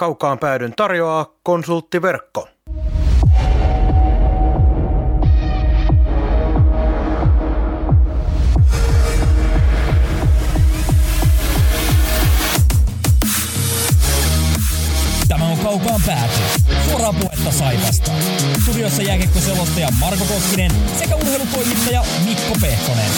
Kaukaan päädyn tarjoaa Konsulttiverkko. Tämä on Kaukaan pääty. Suoraa puhetta Saipasta. Studiossa jääkiekkoselostaja Marko Koskinen sekä urheilutoimittaja Mikko Pehkonen.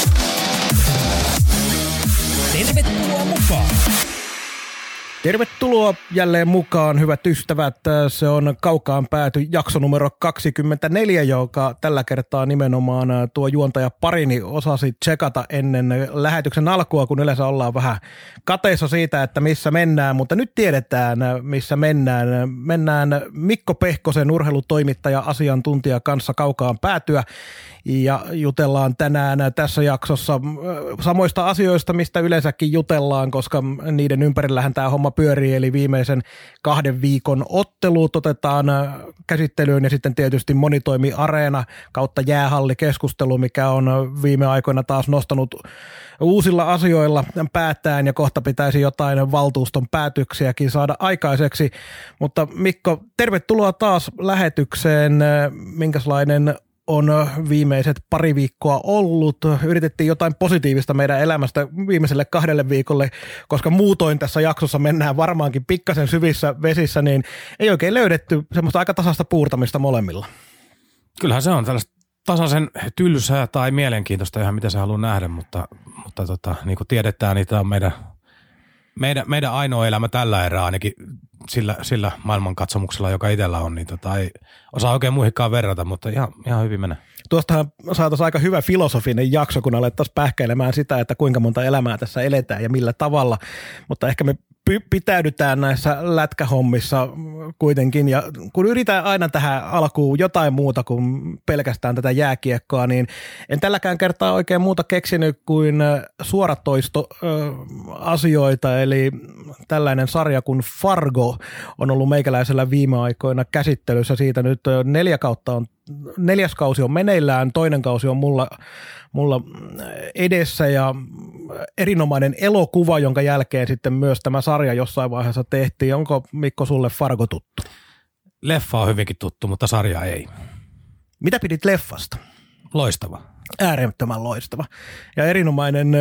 Tervetuloa mukaan! Tervetuloa jälleen mukaan, hyvät ystävät. Se on Kaukaan pääty jakso numero 24, joka tällä kertaa nimenomaan tuo juontaja parini osasi tsekata ennen lähetyksen alkua, kun yleensä ollaan vähän kateissa siitä, että missä mennään, mutta nyt tiedetään, missä mennään. Mennään Mikko Pehkosen urheilutoimittaja asiantuntija kanssa Kaukaan päätyä ja jutellaan tänään tässä jaksossa samoista asioista, mistä yleensäkin jutellaan, koska niiden ympärillähän tämä homma pyörii, eli viimeisen 2 viikon ottelut otetaan käsittelyyn ja sitten tietysti monitoimi-areena kautta jäähallikeskustelu, mikä on viime aikoina taas nostanut uusilla asioilla päätään ja kohta pitäisi jotain valtuuston päätöksiäkin saada aikaiseksi. Mutta Mikko, tervetuloa taas lähetykseen. Minkälainen on viimeiset 2 viikkoa ollut? Yritettiin jotain positiivista meidän elämästä viimeiselle 2 viikolle, koska muutoin tässä jaksossa mennään varmaankin pikkasen syvissä vesissä, niin ei oikein löydetty semmoista aika tasasta puurtamista molemmilla. Kyllähän se on tällaista tasaisen tylsää tai mielenkiintoista ihan mitä se haluaa nähdä, mutta niin kuin tiedetään, niin tämä on meidän ainoa elämä tällä erää ainakin sillä maailmankatsomuksella, joka itsellä on, niin ei osaa oikein muihinkaan verrata, mutta ihan hyvin menee. Tuostahan saataisiin aika hyvä filosofinen jakso, kun alettaisiin pähkäilemään sitä, että kuinka monta elämää tässä eletään ja millä tavalla, mutta ehkä me pitäydytään näissä lätkähommissa kuitenkin, ja kun yritän aina tähän alkuun jotain muuta kuin pelkästään tätä jääkiekkoa, niin en tälläkään kertaa oikein muuta keksinyt kuin suoratoistoasioita, eli tällainen sarja kuin Fargo on ollut meikäläisellä viime aikoina käsittelyssä. Siitä nyt 4 kausi on meneillään, 2 kausi on mulla edessä ja erinomainen elokuva, jonka jälkeen sitten myös tämä sarja jossain vaiheessa tehtiin. Onko Mikko sulle Fargo tuttu? Leffa on hyvinkin tuttu, mutta sarja ei. Mitä pidit leffasta? Loistava. Äärettömän loistava. Ja erinomainen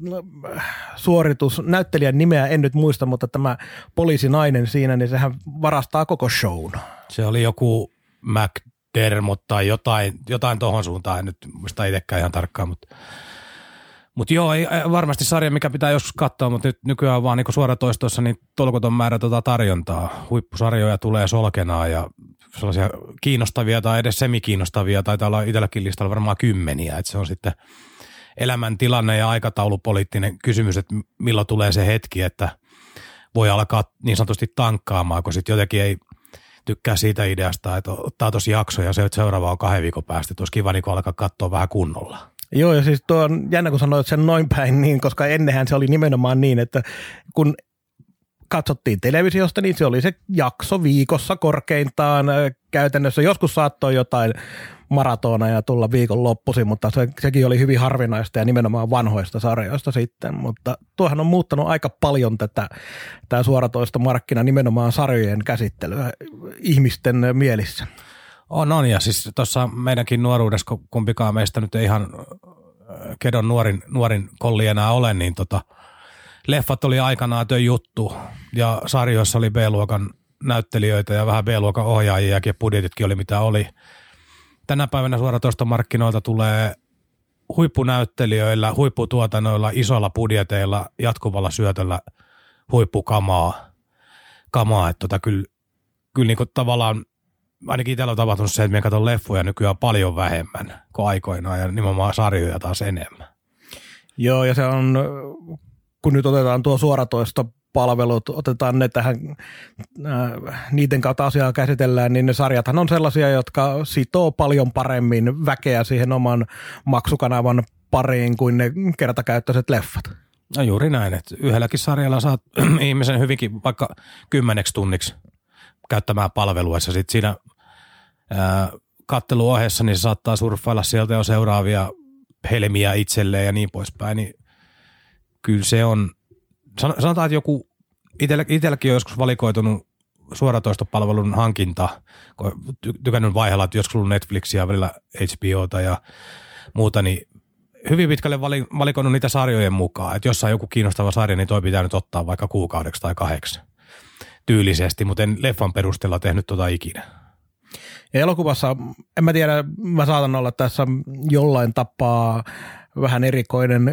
suoritus. Näyttelijän nimeä en nyt muista, mutta tämä poliisinainen siinä, niin sehän varastaa koko shown. Se oli joku McDermott tai jotain tohon suuntaan, en nyt muista itsekään ihan tarkkaan, mutta joo, ei varmasti sarja, mikä pitää joskus katsoa, mutta nyt nykyään on vaan niin suoratoistoissa niin tolkuton määrä tarjontaa. Huippusarjoja tulee solkenaan ja sellaisia kiinnostavia tai edes semikiinnostavia, taitaa olla itselläkin listalla varmaan 10, että se on sitten elämäntilanne ja aikataulupoliittinen kysymys, että milloin tulee se hetki, että voi alkaa niin sanotusti tankkaamaan, kun sitten jotenkin ei tykkää siitä ideasta, että ottaa tuossa jakso ja seuraava on 2 viikon päästä, että olisi kiva niin alkaa katsoa vähän kunnolla. Joo, ja siis tuo on jännä, kun sanoit sen noin päin niin, koska ennenhän se oli nimenomaan niin, että kun katsottiin televisiosta, niin se oli se jakso viikossa korkeintaan käytännössä. Joskus saattoi jotain maratona ja tulla viikon loppuisin, mutta sekin oli hyvin harvinaista ja nimenomaan vanhoista sarjoista sitten. Mutta tuohan on muuttanut aika paljon tämä suoratoista markkina nimenomaan sarjojen käsittelyä ihmisten mielissä. On, ja siis tuossa meidänkin nuoruudessa, kun kumpikaan meistä nyt ei ihan kedon nuorin kolli enää ole, niin leffat oli aikanaan juttu ja sarjoissa oli B-luokan näyttelijöitä ja vähän B-luokan ohjaajiakin ja budjetitkin oli mitä oli. Tänä päivänä suoratoistomarkkinoilta tulee huippunäyttelijöillä, huipputuotannoilla, isoilla budjeteilla, jatkuvalla syötöllä huippukamaa. Että kyllä niin kuin tavallaan ainakin itsellä on tapahtunut se, että minä katson leffoja nykyään paljon vähemmän kuin aikoinaan ja nimenomaan sarjoja taas enemmän. Joo, ja se on, kun nyt otetaan tuo suoratoistopalvelut, otetaan ne tähän, niiden kautta asiaa käsitellään, niin ne sarjathan on sellaisia, jotka sitoo paljon paremmin väkeä siihen oman maksukanavan pariin kuin ne kertakäyttöiset leffat. No juuri näin, että yhdelläkin sarjalla saat ihmisen hyvinkin vaikka 10 tunniksi käyttämään palvelua, ja sitten siinä katteluohjeessa niin se saattaa surffailla sieltä jo seuraavia helmiä itselleen ja niin poispäin, niin kyllä se on, sanotaan, että joku, itselläkin on joskus valikoitunut suoratoistopalvelun hankinta, tykännyt vaihella, että joskus ollut Netflixiä, välillä HBOta ja muuta, niin hyvin pitkälle valikoinut niitä sarjojen mukaan, että jos on joku kiinnostava sarja, niin toi pitää nyt ottaa vaikka kuukaudeksi tai 2 tyylisesti, mutta en leffan perusteella tehnyt tota ikinä. Ja elokuvassa, en mä tiedä, mä saatan olla tässä jollain tapaa vähän erikoinen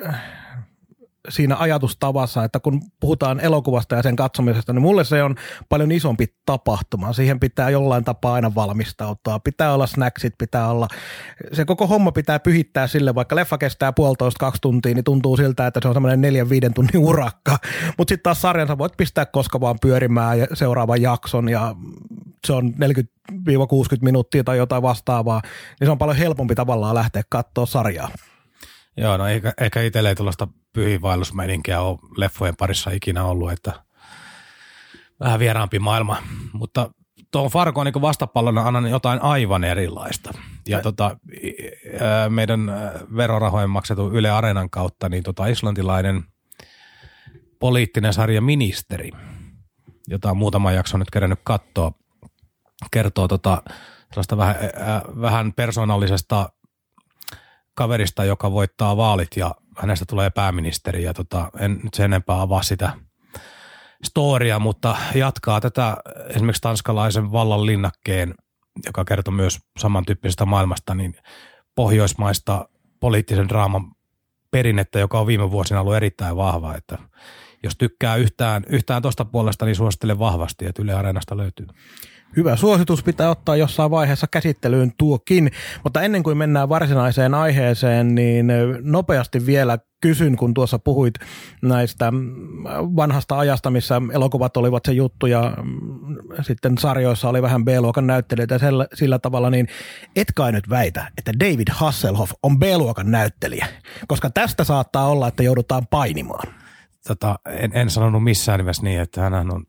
siinä ajatustavassa, että kun puhutaan elokuvasta ja sen katsomisesta, niin mulle se on paljon isompi tapahtuma. Siihen pitää jollain tapaa aina valmistautua. Pitää olla snacksit, pitää olla, se koko homma pitää pyhittää sille, vaikka leffa kestää 1,5–2 tuntia, niin tuntuu siltä, että se on semmoinen 4–5 tunnin urakka. Mutta sitten taas sarjansa voit pistää koska vaan pyörimään seuraavan jakson ja se on 40–60 minuuttia tai jotain vastaavaa, niin se on paljon helpompi tavallaan lähteä katsoa sarjaa. Joo, no ehkä itselle ei tuollaista pyhiinvaellusmeininkiä ole leffojen parissa ikinä ollut, että vähän vieraampi maailma, mutta tuon Fargoon niin vastapallona annan jotain aivan erilaista. Ja meidän verorahojen maksetun Yle Areenan kautta niin islantilainen poliittinen sarja Ministeri, jota on muutama jakso nyt kerännyt katsoa, kertoo sellaista vähän persoonallisesta kaverista, joka voittaa vaalit ja hänestä tulee pääministeri ja en nyt sen enempää avaa sitä storia, mutta jatkaa tätä esimerkiksi tanskalaisen vallan linnakkeen, joka kertoo myös samantyyppisestä maailmasta, niin pohjoismaista poliittisen draaman perinnettä, joka on viime vuosina ollut erittäin vahva, että jos tykkää yhtään tuosta puolesta, niin suosittelen vahvasti, että Yle Areenasta löytyy. Hyvä suositus, pitää ottaa jossain vaiheessa käsittelyyn tuokin, mutta ennen kuin mennään varsinaiseen aiheeseen, niin nopeasti vielä kysyn, kun tuossa puhuit näistä vanhasta ajasta, missä elokuvat olivat se juttu ja sitten sarjoissa oli vähän B-luokan näyttelijöitä sillä tavalla, niin et kai nyt väitä, että David Hasselhoff on B-luokan näyttelijä, koska tästä saattaa olla, että joudutaan painimaan. En sanonut missään nimessä niin, että hän on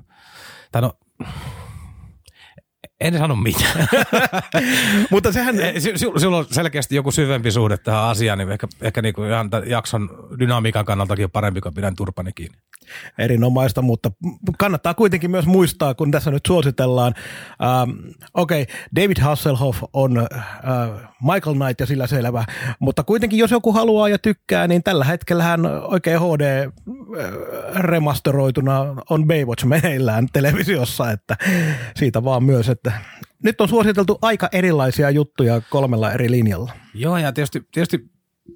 en sano mitään. Mutta sehän Sulla on selkeästi joku syvempi suhde tähän asiaan, niin ehkä niinku ihan tämän jakson dynamiikan kannaltakin on parempi, kun pidän turpani kiinni. Erinomaista, mutta kannattaa kuitenkin myös muistaa, kun tässä nyt suositellaan. David Hasselhoff on Michael Knight ja sillä selvä, mutta kuitenkin jos joku haluaa ja tykkää, niin tällä hetkellähän oikein HD-remasteroituna on Baywatch meneillään televisiossa, että siitä vaan myös, että nyt on suositeltu aika erilaisia juttuja 3 eri linjalla. Joo, ja tietysti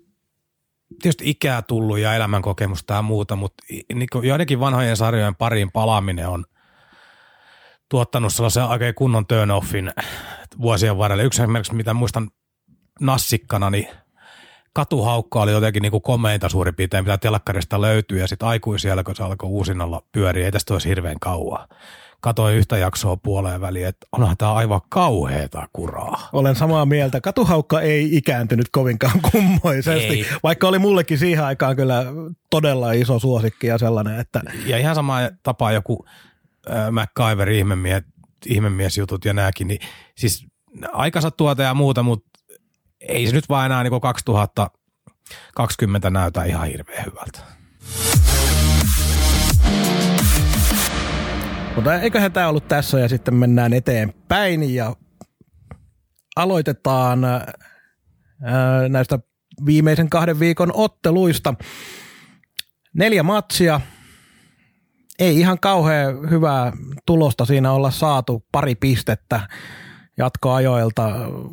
ikää tullut ja elämänkokemusta ja muuta, mutta joidenkin vanhojen sarjojen pariin palaaminen on tuottanut sellaisen oikein kunnon turn-offin vuosien varrella. Yksi esimerkiksi, mitä muistan nassikkana, niin Katuhaukka oli jotenkin niin kuin komeinta suurin piirtein, mitä telkkarista löytyy, ja sitten aikuisiellä, kun se alkoi uusinnalla pyöriä, ei tästä olisi hirveän kauaa. Katoin yhtä jaksoa puoleen väliin, että onhan tämä aivan kauheata kuraa. Olen samaa mieltä. Katuhaukka ei ikääntynyt kovinkaan kummoisesti, ei. Vaikka oli mullekin siihen aikaan kyllä todella iso suosikki ja sellainen, että... Ja ihan sama tapaa joku MacGyver ihmemiesjutut ja nääkin, niin siis aikansa tuota ja muuta, mutta ei se nyt vaan enää niin 2020 näytä ihan hirveän hyvältä. Mutta eiköhän tämä ollut tässä ja sitten mennään eteenpäin ja aloitetaan näistä viimeisen 2 viikon otteluista. 4 matsia. Ei ihan kauhean hyvää tulosta siinä olla saatu, 2 pistettä jatkoajoilta.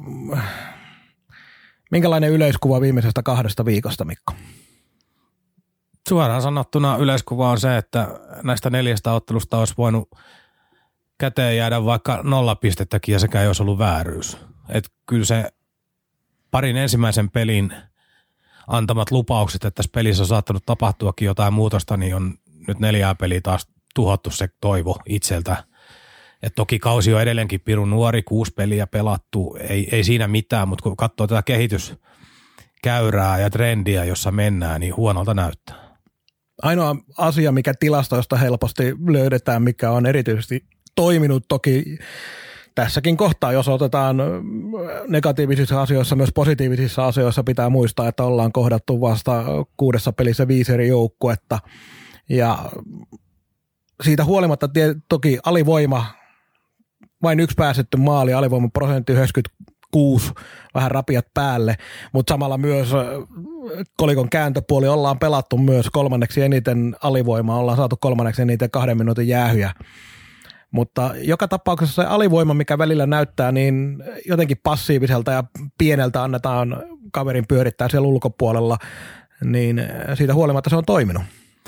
Minkälainen yleiskuva viimeisestä 2 viikosta, Mikko? Suoraan sanottuna yleiskuva on se, että näistä 4 ottelusta olisi voinut käteen jäädä vaikka 0 pistettäkin ja sekään ei olisi ollut vääryys. Että kyllä se parin ensimmäisen pelin antamat lupaukset, että tässä pelissä on saattanut tapahtuakin jotain muutosta, niin on nyt 4 peliä taas tuhottu se toivo itseltä. Et toki kausi on edelleenkin pirun nuori, 6 peliä pelattu, ei siinä mitään, mutta kun katsoo tätä kehityskäyrää ja trendiä, jossa mennään, niin huonolta näyttää. Ainoa asia, mikä tilastoista helposti löydetään, mikä on erityisesti toiminut toki tässäkin kohtaa, jos otetaan negatiivisissa asioissa, myös positiivisissa asioissa pitää muistaa, että ollaan kohdattu vasta 6 pelissä 5 eri joukkuetta ja siitä huolimatta toki alivoima, vain yksi päästetty maali, alivoimaprosentti 96, vähän rapiat päälle, mutta samalla myös kolikon kääntöpuoli ollaan pelattu myös kolmanneksi eniten alivoimaa, ollaan saatu kolmanneksi eniten 2 minuutin jäähyjä. Mutta joka tapauksessa se alivoima, mikä välillä näyttää niin jotenkin passiiviselta ja pieneltä annetaan kaverin pyörittää siellä ulkopuolella, niin siitä huolimatta se on toiminut.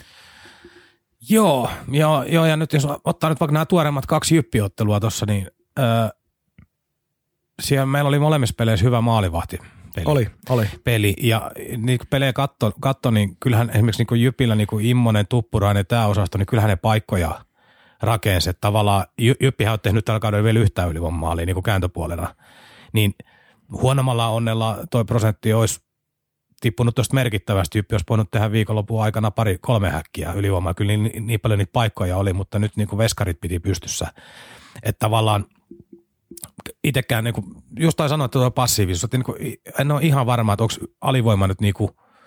Joo, ja nyt jos ottaa nyt vaikka nämä tuoreimmat 2 jyppiottelua tuossa, niin siellä meillä oli molemmissa peleissä hyvä maalivahti. Oli. Peli, ja niin kun pelejä katso, niin kyllähän esimerkiksi niin Jypillä niin Immonen, Tuppurainen, tämä osasto, niin kyllähän ne paikkoja rakensi. Että tavallaan Jyppihän on tehnyt tällä kaudella vielä yhtään ylivoimamaalia niin kääntöpuolena. Niin huonommalla onnella toi prosentti olisi tippunut tuosta merkittävästi. Jyppi olisi voinut tehdä viikonlopun aikana 2-3 häkkiä ylivoimaa. Kyllä niin paljon niitä paikkoja oli, mutta nyt niin veskarit piti pystyssä. Että tavallaan itsekään, niin just tai sanoa, että tuo passiivisuus, että niin en ole ihan varma, että onko alivoima nyt niin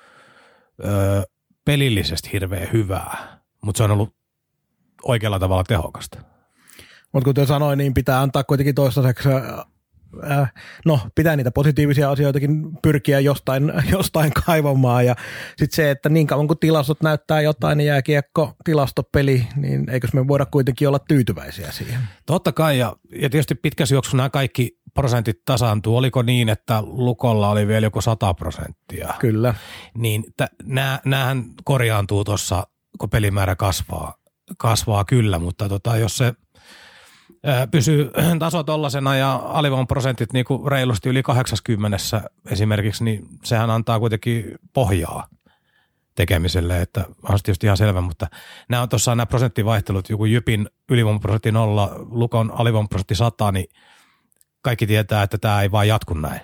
pelillisesti hirveän hyvää, mutta se on ollut oikealla tavalla tehokasta. Mutta kuten sanoin, niin pitää antaa kuitenkin toistaiseksi, pitää niitä positiivisia asioitakin pyrkiä jostain kaivamaan. Ja sitten se, että niin kauan kun tilastot näyttää jotain, niin jääkiekko, tilastopeli, niin eikös me voida kuitenkin olla tyytyväisiä siihen? Totta kai, ja tietysti pitkässä juoksussa nämä kaikki prosentit tasaantuu. Oliko niin, että Lukolla oli vielä joku 100%? Kyllä. Niin näähän korjaantuu tuossa, kun pelimäärä kasvaa kyllä, mutta jos se pysyy taso tollasena ja alivoiman prosentit niin kuin reilusti yli 80 esimerkiksi, niin sehän antaa kuitenkin pohjaa tekemiselle, että on tietysti ihan selvä, mutta nämä on tuossa nämä prosenttivaihtelut, joku Jypin ylivoimaprosentti 0, Lukon alivoimaprosentti 100, niin kaikki tietää, että tämä ei vaan jatku näin.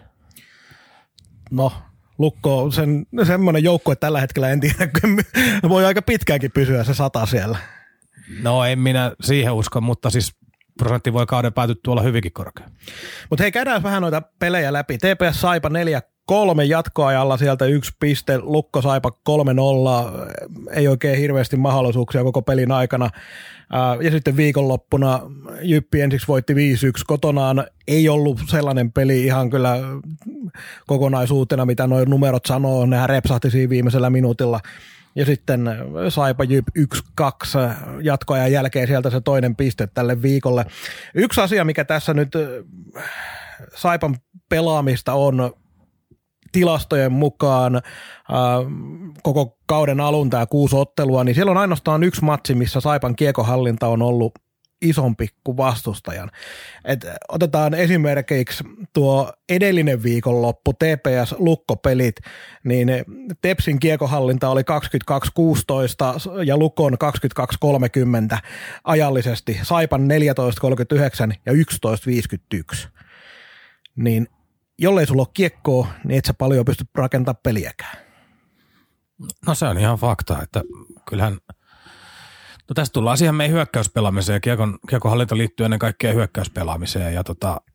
No, Lukko on semmoinen joukko, että tällä hetkellä en tiedä, voi aika pitkäänkin pysyä se 100 siellä. No en minä siihen usko, mutta siis prosentti voi kauden päätyttyä olla hyvinkin korkea. Mutta hei, käydään vähän noita pelejä läpi. TPS Saipa 4-3 jatkoajalla, sieltä 1 piste, Lukko Saipa 3-0, ei oikein hirveästi mahdollisuuksia koko pelin aikana. Ja sitten viikonloppuna Jyppi ensiksi voitti 5-1 kotonaan. Ei ollut sellainen peli ihan kyllä kokonaisuutena, mitä nuo numerot sanoo. Nehän repsahti siinä viimeisellä minuutilla. Ja sitten Saipa Jyp 1-2 jatkoajan jälkeen sieltä se toinen piste tälle viikolle. Yksi asia, mikä tässä nyt Saipan pelaamista on tilastojen mukaan koko kauden alun tämä 6 ottelua, niin siellä on ainoastaan 1 matsi, missä Saipan kiekohallinta on ollut isompi kuin vastustajan. Otetaan esimerkiksi tuo edellinen viikonloppu, TPS-Lukko-pelit, niin Tepsin kiekohallinta oli 22-16 ja Lukon 22-30 ajallisesti, Saipan 14-39 ja 11-51. Niin jollei sulla ole kiekkoa, niin et sä paljon pysty rakentamaan peliäkään. No se on ihan fakta, että kyllähän no tästä tullaan siihen meidän hyökkäyspelaamiseen. Kiekonhallinta liittyy ennen kaikkea hyökkäyspelaamiseen ja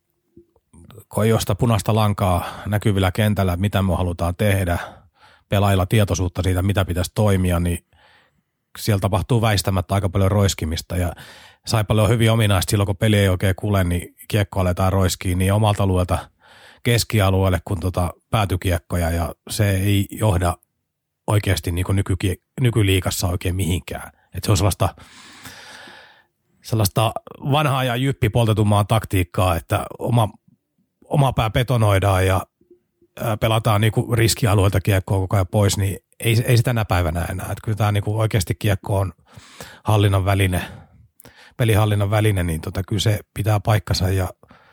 kun ei josta punaista lankaa näkyvillä kentällä, mitä me halutaan tehdä, pelaajilla tietoisuutta siitä, mitä pitäisi toimia, niin siellä tapahtuu väistämättä aika paljon roiskimista ja Saipalle on hyvin ominaista silloin, kun peli ei oikein kuule, niin kiekko aletaan roiskiin niin omalta alueelta keskialueelle kuin päätykiekkoja ja se ei johda oikeasti niin kuin nykyliigassa oikein mihinkään. Että se on sellaista vanhaa ja Jyppi poltetumaan taktiikkaa, että oma pää betonoidaan ja pelataan niinku riskialueelta kiekkoa koko ajan pois, niin ei sitä tänä päivänä enää. Että kyllä tämä niinku oikeasti kiekko on hallinnan väline, pelihallinnan väline, niin kyllä se pitää paikkansa. Ja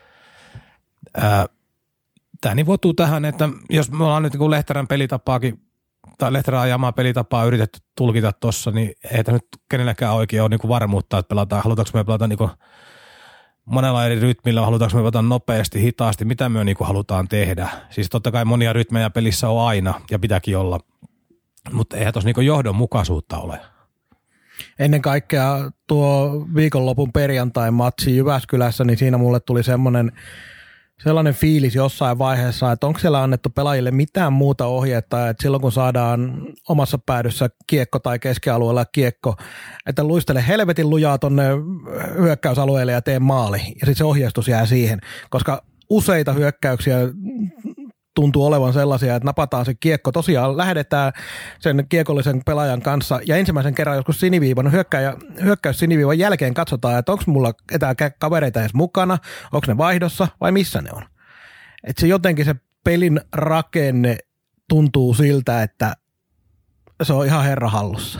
tämä nivoutuu tähän, että jos me ollaan nyt niin Lehterän pelitapaakin tai Lehterän ajamaa pelitapaa yritetty tulkita tuossa, niin ei tämä nyt kenelläkään oikein ole niin varmuutta, että halutaanko me pelata niin monella eri rytmillä, halutaanko me pelata nopeasti, hitaasti, mitä me niin halutaan tehdä. Siis totta kai monia rytmejä pelissä on aina ja pitääkin olla, mutta eihän tuossa niin johdonmukaisuutta ole. Ennen kaikkea tuo viikonlopun perjantai-matsi Jyväskylässä, niin siinä mulle tuli semmoinen sellainen fiilis jossain vaiheessa, että onko siellä annettu pelaajille mitään muuta ohjetta, että silloin kun saadaan omassa päädyssä kiekko tai keskialueella kiekko, että luistele helvetin lujaa tonne hyökkäysalueelle ja tee maali. Ja sitten se ohjeistus jää siihen, koska useita hyökkäyksiä tuntuu olevan sellaisia, että napataan se kiekko. Tosiaan lähdetään sen kiekollisen pelaajan kanssa ja ensimmäisen kerran joskus siniviivan hyökkäys siniviivan jälkeen katsotaan, että onko mulla ketään kavereita edes mukana, onko ne vaihdossa vai missä ne on. Että se jotenkin se pelin rakenne tuntuu siltä, että se on ihan herra hallussa.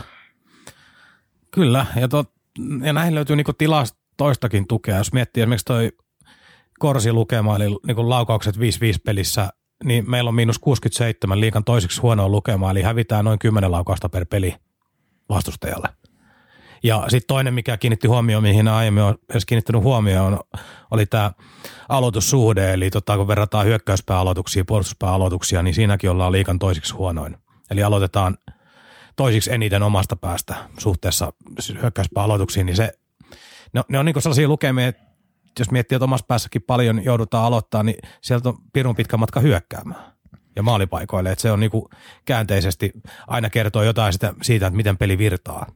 Kyllä, ja näihin löytyy niinku tilastoistakin tukea. Jos miettii esimerkiksi toi korsilukema, eli niinku laukaukset 5-5 pelissä, niin meillä on -67 liigan toiseksi huonoa lukemaa, eli hävitään noin 10 laukausta per peli vastustajalle. Ja sitten toinen, mikä kiinnitti huomioon, mihin aiemmin on edes kiinnittänyt huomioon, oli tämä aloitussuhde, eli kun verrataan hyökkäyspääaloituksia, puolustuspääaloituksia, niin siinäkin ollaan liigan toiseksi huonoin. Eli aloitetaan toisiksi eniten omasta päästä suhteessa hyökkäyspääaloituksiin, niin ne on niinku sellaisia lukemia, että jos miettii, että omassa päässäkin paljon joudutaan aloittaa, niin sieltä on pirun pitkä matka hyökkäämään ja maalipaikoille. Että se on niinku käänteisesti aina kertoo jotain siitä, että miten peli virtaa.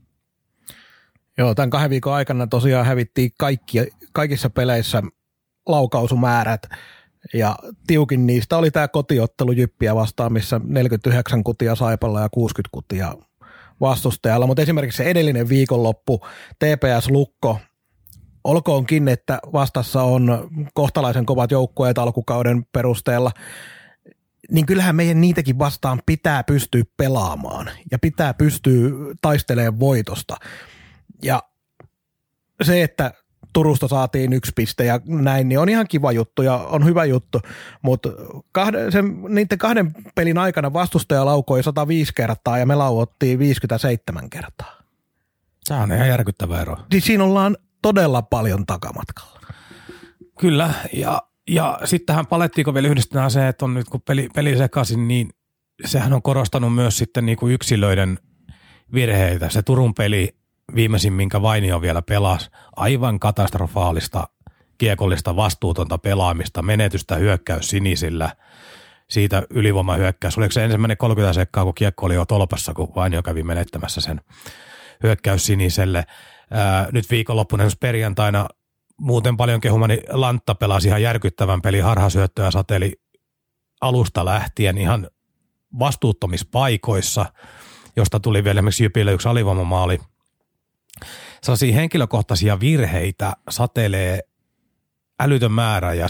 Joo, tämän 2 viikon aikana tosiaan hävittiin kaikissa peleissä laukaisumäärät ja tiukin niistä oli tämä kotiottelu Jyppiä vastaan, missä 49 kutia Saipalla ja 60 kutia vastustajalla. Mutta esimerkiksi se edellinen viikonloppu TPS Lukko, olkoonkin, että vastassa on kohtalaisen kovat joukkueet alkukauden perusteella, niin kyllähän meidän niitäkin vastaan pitää pystyä pelaamaan ja pitää pystyä taistelemaan voitosta. Ja se, että Turusta saatiin 1 piste ja näin, niin on ihan kiva juttu ja on hyvä juttu, mutta niiden 2 pelin aikana vastustaja laukoi 105 kertaa ja me lauottiin 57 kertaa. Se on ihan järkyttävä ero. Siis siinä ollaan todella paljon takamatkalla. Kyllä, ja sitten tähän palettiinko vielä yhdistetään se, että on nyt kun peli sekaisin, niin sehän on korostanut myös sitten niinku yksilöiden virheitä. Se Turun peli viimeisin, minkä Vainio vielä pelasi, aivan katastrofaalista kiekollista vastuutonta pelaamista, menetystä hyökkäys sinisillä, siitä ylivoimahyökkäys. Oliko se ensimmäinen 30 sekkaa, kun kiekko oli jo tolpassa, kun Vainio kävi menettämässä sen hyökkäys siniselle. Nyt viikonloppuna esimerkiksi perjantaina muuten paljon kehumani Lantta pelasi ihan järkyttävän pelin, harhasyöttöä sateli alusta lähtien ihan vastuuttomissa paikoissa, josta tuli vielä esimerkiksi Jypille 1 alivoimamaali. Sellaisia henkilökohtaisia virheitä satelee älytön määrä ja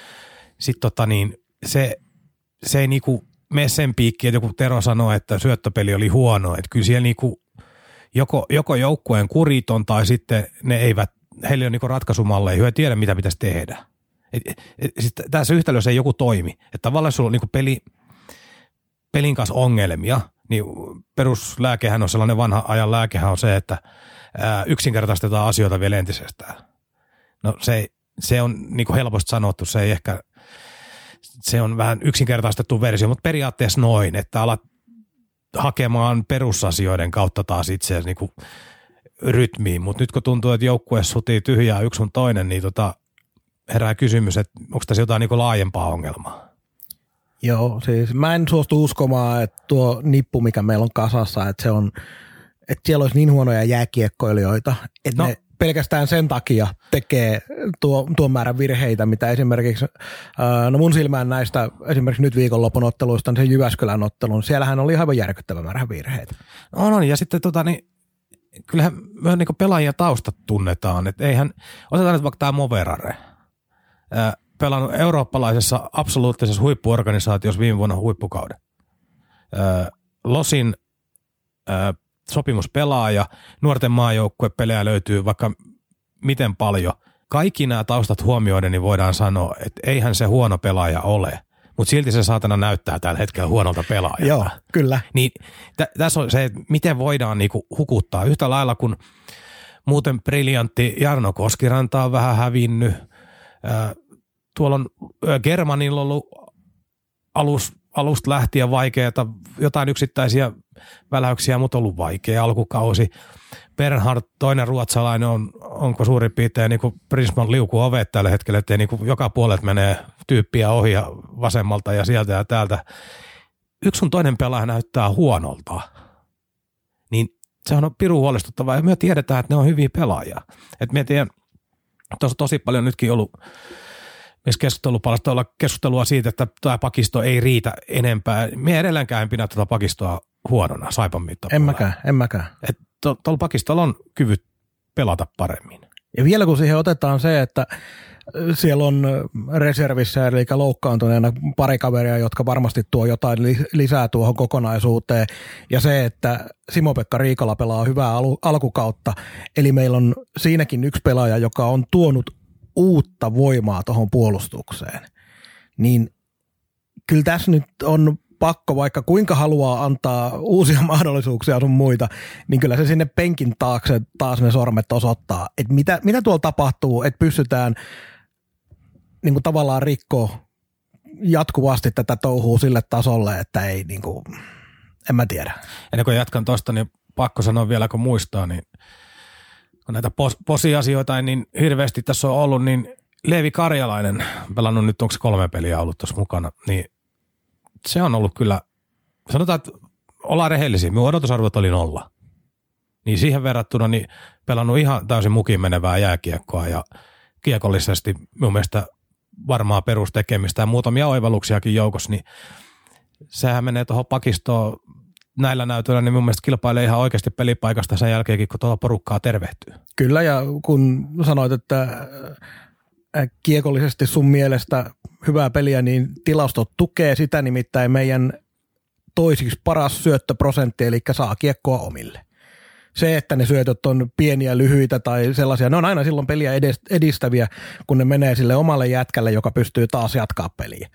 se ei niinku mene sen piikki, että joku Tero sanoi, että syöttöpeli oli huono, että kyllä siellä niinku joko joukkueen kuriton tai sitten heillä on niinku ratkaisumalleja, he ei tiedä mitä pitäisi tehdä. Tässä yhtälössä ei joku toimi. Että tavallaan sulla on niinku pelin kanssa ongelmia, niin peruslääkehän on sellainen vanha ajan lääkehän on se, että yksinkertaistetaan asioita vielä entisestään. No se on niinku helposti sanottu, se on vähän yksinkertaistettu versio, mutta periaatteessa noin, että alat hakemaan perusasioiden kautta taas itse niinku rytmiin, mutta nyt kun tuntuu, että joukkue sutii tyhjää yksi sun toinen, niin herää kysymys, että onko tässä jotain niinku laajempaa ongelmaa? Joo, siis mä en suostu uskomaan, että tuo nippu, mikä meillä on kasassa, että siellä olisi niin huonoja jääkiekkoilijoita, että ne pelkästään sen takia tekee tuon määrän virheitä, mitä esimerkiksi, mun silmään näistä esimerkiksi nyt viikonlopun otteluista, niin se Jyväskylän ottelun, siellähän oli aivan järkyttävä määrä virheitä. On, ja sitten kyllähän myös niin pelaajia taustat tunnetaan, että otetaan nyt vaikka tämä Moverare, pelannut eurooppalaisessa absoluuttisessa huippuorganisaatiossa viime vuonna huippukauden. Losin sopimuspelaaja, nuorten maajoukkuepelejä löytyy vaikka miten paljon. Kaikki nämä taustat huomioiden niin voidaan sanoa, että eihän se huono pelaaja ole, mutta silti se saatana näyttää tällä hetkellä huonolta pelaajalta. Joo, kyllä. Niin tässä on se, että miten voidaan niinku hukuttaa. Yhtä lailla kuin muuten briljantti Jarno Koskiranta on vähän hävinnyt. Tuolla on Germanilla ollut alusta lähtien vaikeata, jotain yksittäisiä väläyksiä, mutta on ollut vaikea alkukausi. Bernhard, toinen ruotsalainen, onko suurin piirtein niin kuin Prisman liukuoveet tällä hetkellä, ettei niin kuin joka puolelta menee tyyppiä ohi ja vasemmalta ja sieltä ja täältä. Yksi sun toinen pelaaja näyttää huonolta, niin sehän on pirun huolestuttavaa ja me tiedetään, että ne on hyviä pelaajia. Et me tiedän, tuossa tosi paljon nytkin ollut keskustelupalasta olla keskustelua siitä, että tämä pakisto ei riitä enempää. Me edelläänkään en pidä tätä pakistoa huonona Saipan mittapuolella. En mäkään. Että tuolla pakistolla on kyvyt pelata paremmin. Ja vielä kun siihen otetaan se, että siellä on reservissä eli loukkaantuneena pari kaveria, jotka varmasti tuo jotain lisää tuohon kokonaisuuteen. Ja se, että Simo-Pekka Riikola pelaa hyvää alkukautta. Eli meillä on siinäkin yksi pelaaja, joka on tuonut uutta voimaa tuohon puolustukseen. Niin kyllä tässä nyt on pakko, vaikka kuinka haluaa antaa uusia mahdollisuuksia sun muita, niin kyllä se sinne penkin taakse taas ne sormet osoittaa, että mitä tuolla tapahtuu, että pystytään niin kuin tavallaan rikkoa jatkuvasti tätä touhua sille tasolle, että ei niin kuin, en mä tiedä. Ennen kuin jatkan tuosta, niin pakko sanoa vielä, kun muistaa, niin kun näitä posiasioita niin hirveästi tässä on ollut, niin Leevi Karjalainen, pelannut nyt, onko 3 peliä ollut tuossa mukana, niin se on ollut kyllä, sanotaan, että ollaan rehellisiä, minun odotusarvot oli 0. Niin siihen verrattuna niin pelannut ihan täysin mukiin menevää jääkiekkoa ja kiekollisesti minun mielestä varmaa perustekemistä ja muutamia oivalluksiakin joukossa, niin sehän menee tuohon pakistoon näillä näytöillä, niin minun mielestä kilpailee ihan oikeasti pelipaikasta sen jälkeenkin, kun tuolla porukkaa tervehtyy. Kyllä, ja kun sanoit, että kiekollisesti sun mielestä hyvää peliä, niin tilastot tukee sitä, nimittäin meidän toisiksi paras syöttöprosentti, eli saa kiekkoa omille. Se, että ne syötöt on pieniä, lyhyitä tai sellaisia, ne on aina silloin peliä edistäviä, kun ne menee sille omalle jätkälle, joka pystyy taas jatkaa peliä.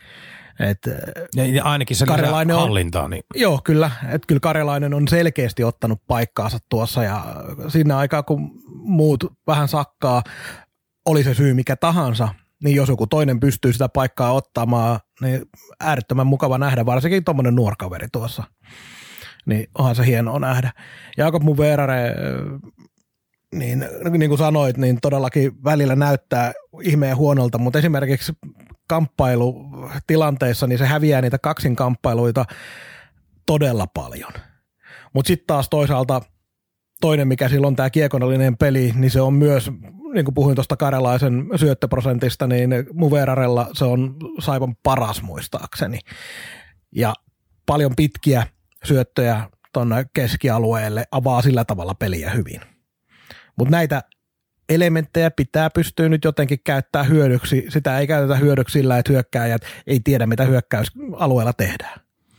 Ja ainakin se hallintaa. Niin. Joo, kyllä. Että kyllä Karjalainen on selkeästi ottanut paikkaansa tuossa ja siinä aikaa, kun muut vähän sakkaa, oli se syy mikä tahansa, niin jos joku toinen pystyy sitä paikkaa ottamaan, niin äärettömän mukava nähdä, varsinkin tuommoinen nuorkaveri tuossa. Niin onhan se hienoa nähdä. Jaakob Muverare, niin kuin sanoit, niin todellakin välillä näyttää ihmeen huonolta, mutta esimerkiksi kamppailutilanteissa, niin se häviää niitä kaksinkamppailuita todella paljon. Mutta sitten taas toisaalta toinen, mikä silloin on tämä kiekollinen peli, niin se on myös, niin kuin puhuin tuosta Karjalaisen syöttöprosentista, niin Muverarella se on Saipan paras muistaakseni. Ja paljon pitkiä syöttöjä tuonne keskialueelle avaa sillä tavalla peliä hyvin. Mutta näitä elementtejä pitää pystyä nyt jotenkin käyttää hyödyksi. Sitä ei käytetä hyödyksi sillä, että hyökkääjät ei tiedä, mitä hyökkäysalueella tehdään.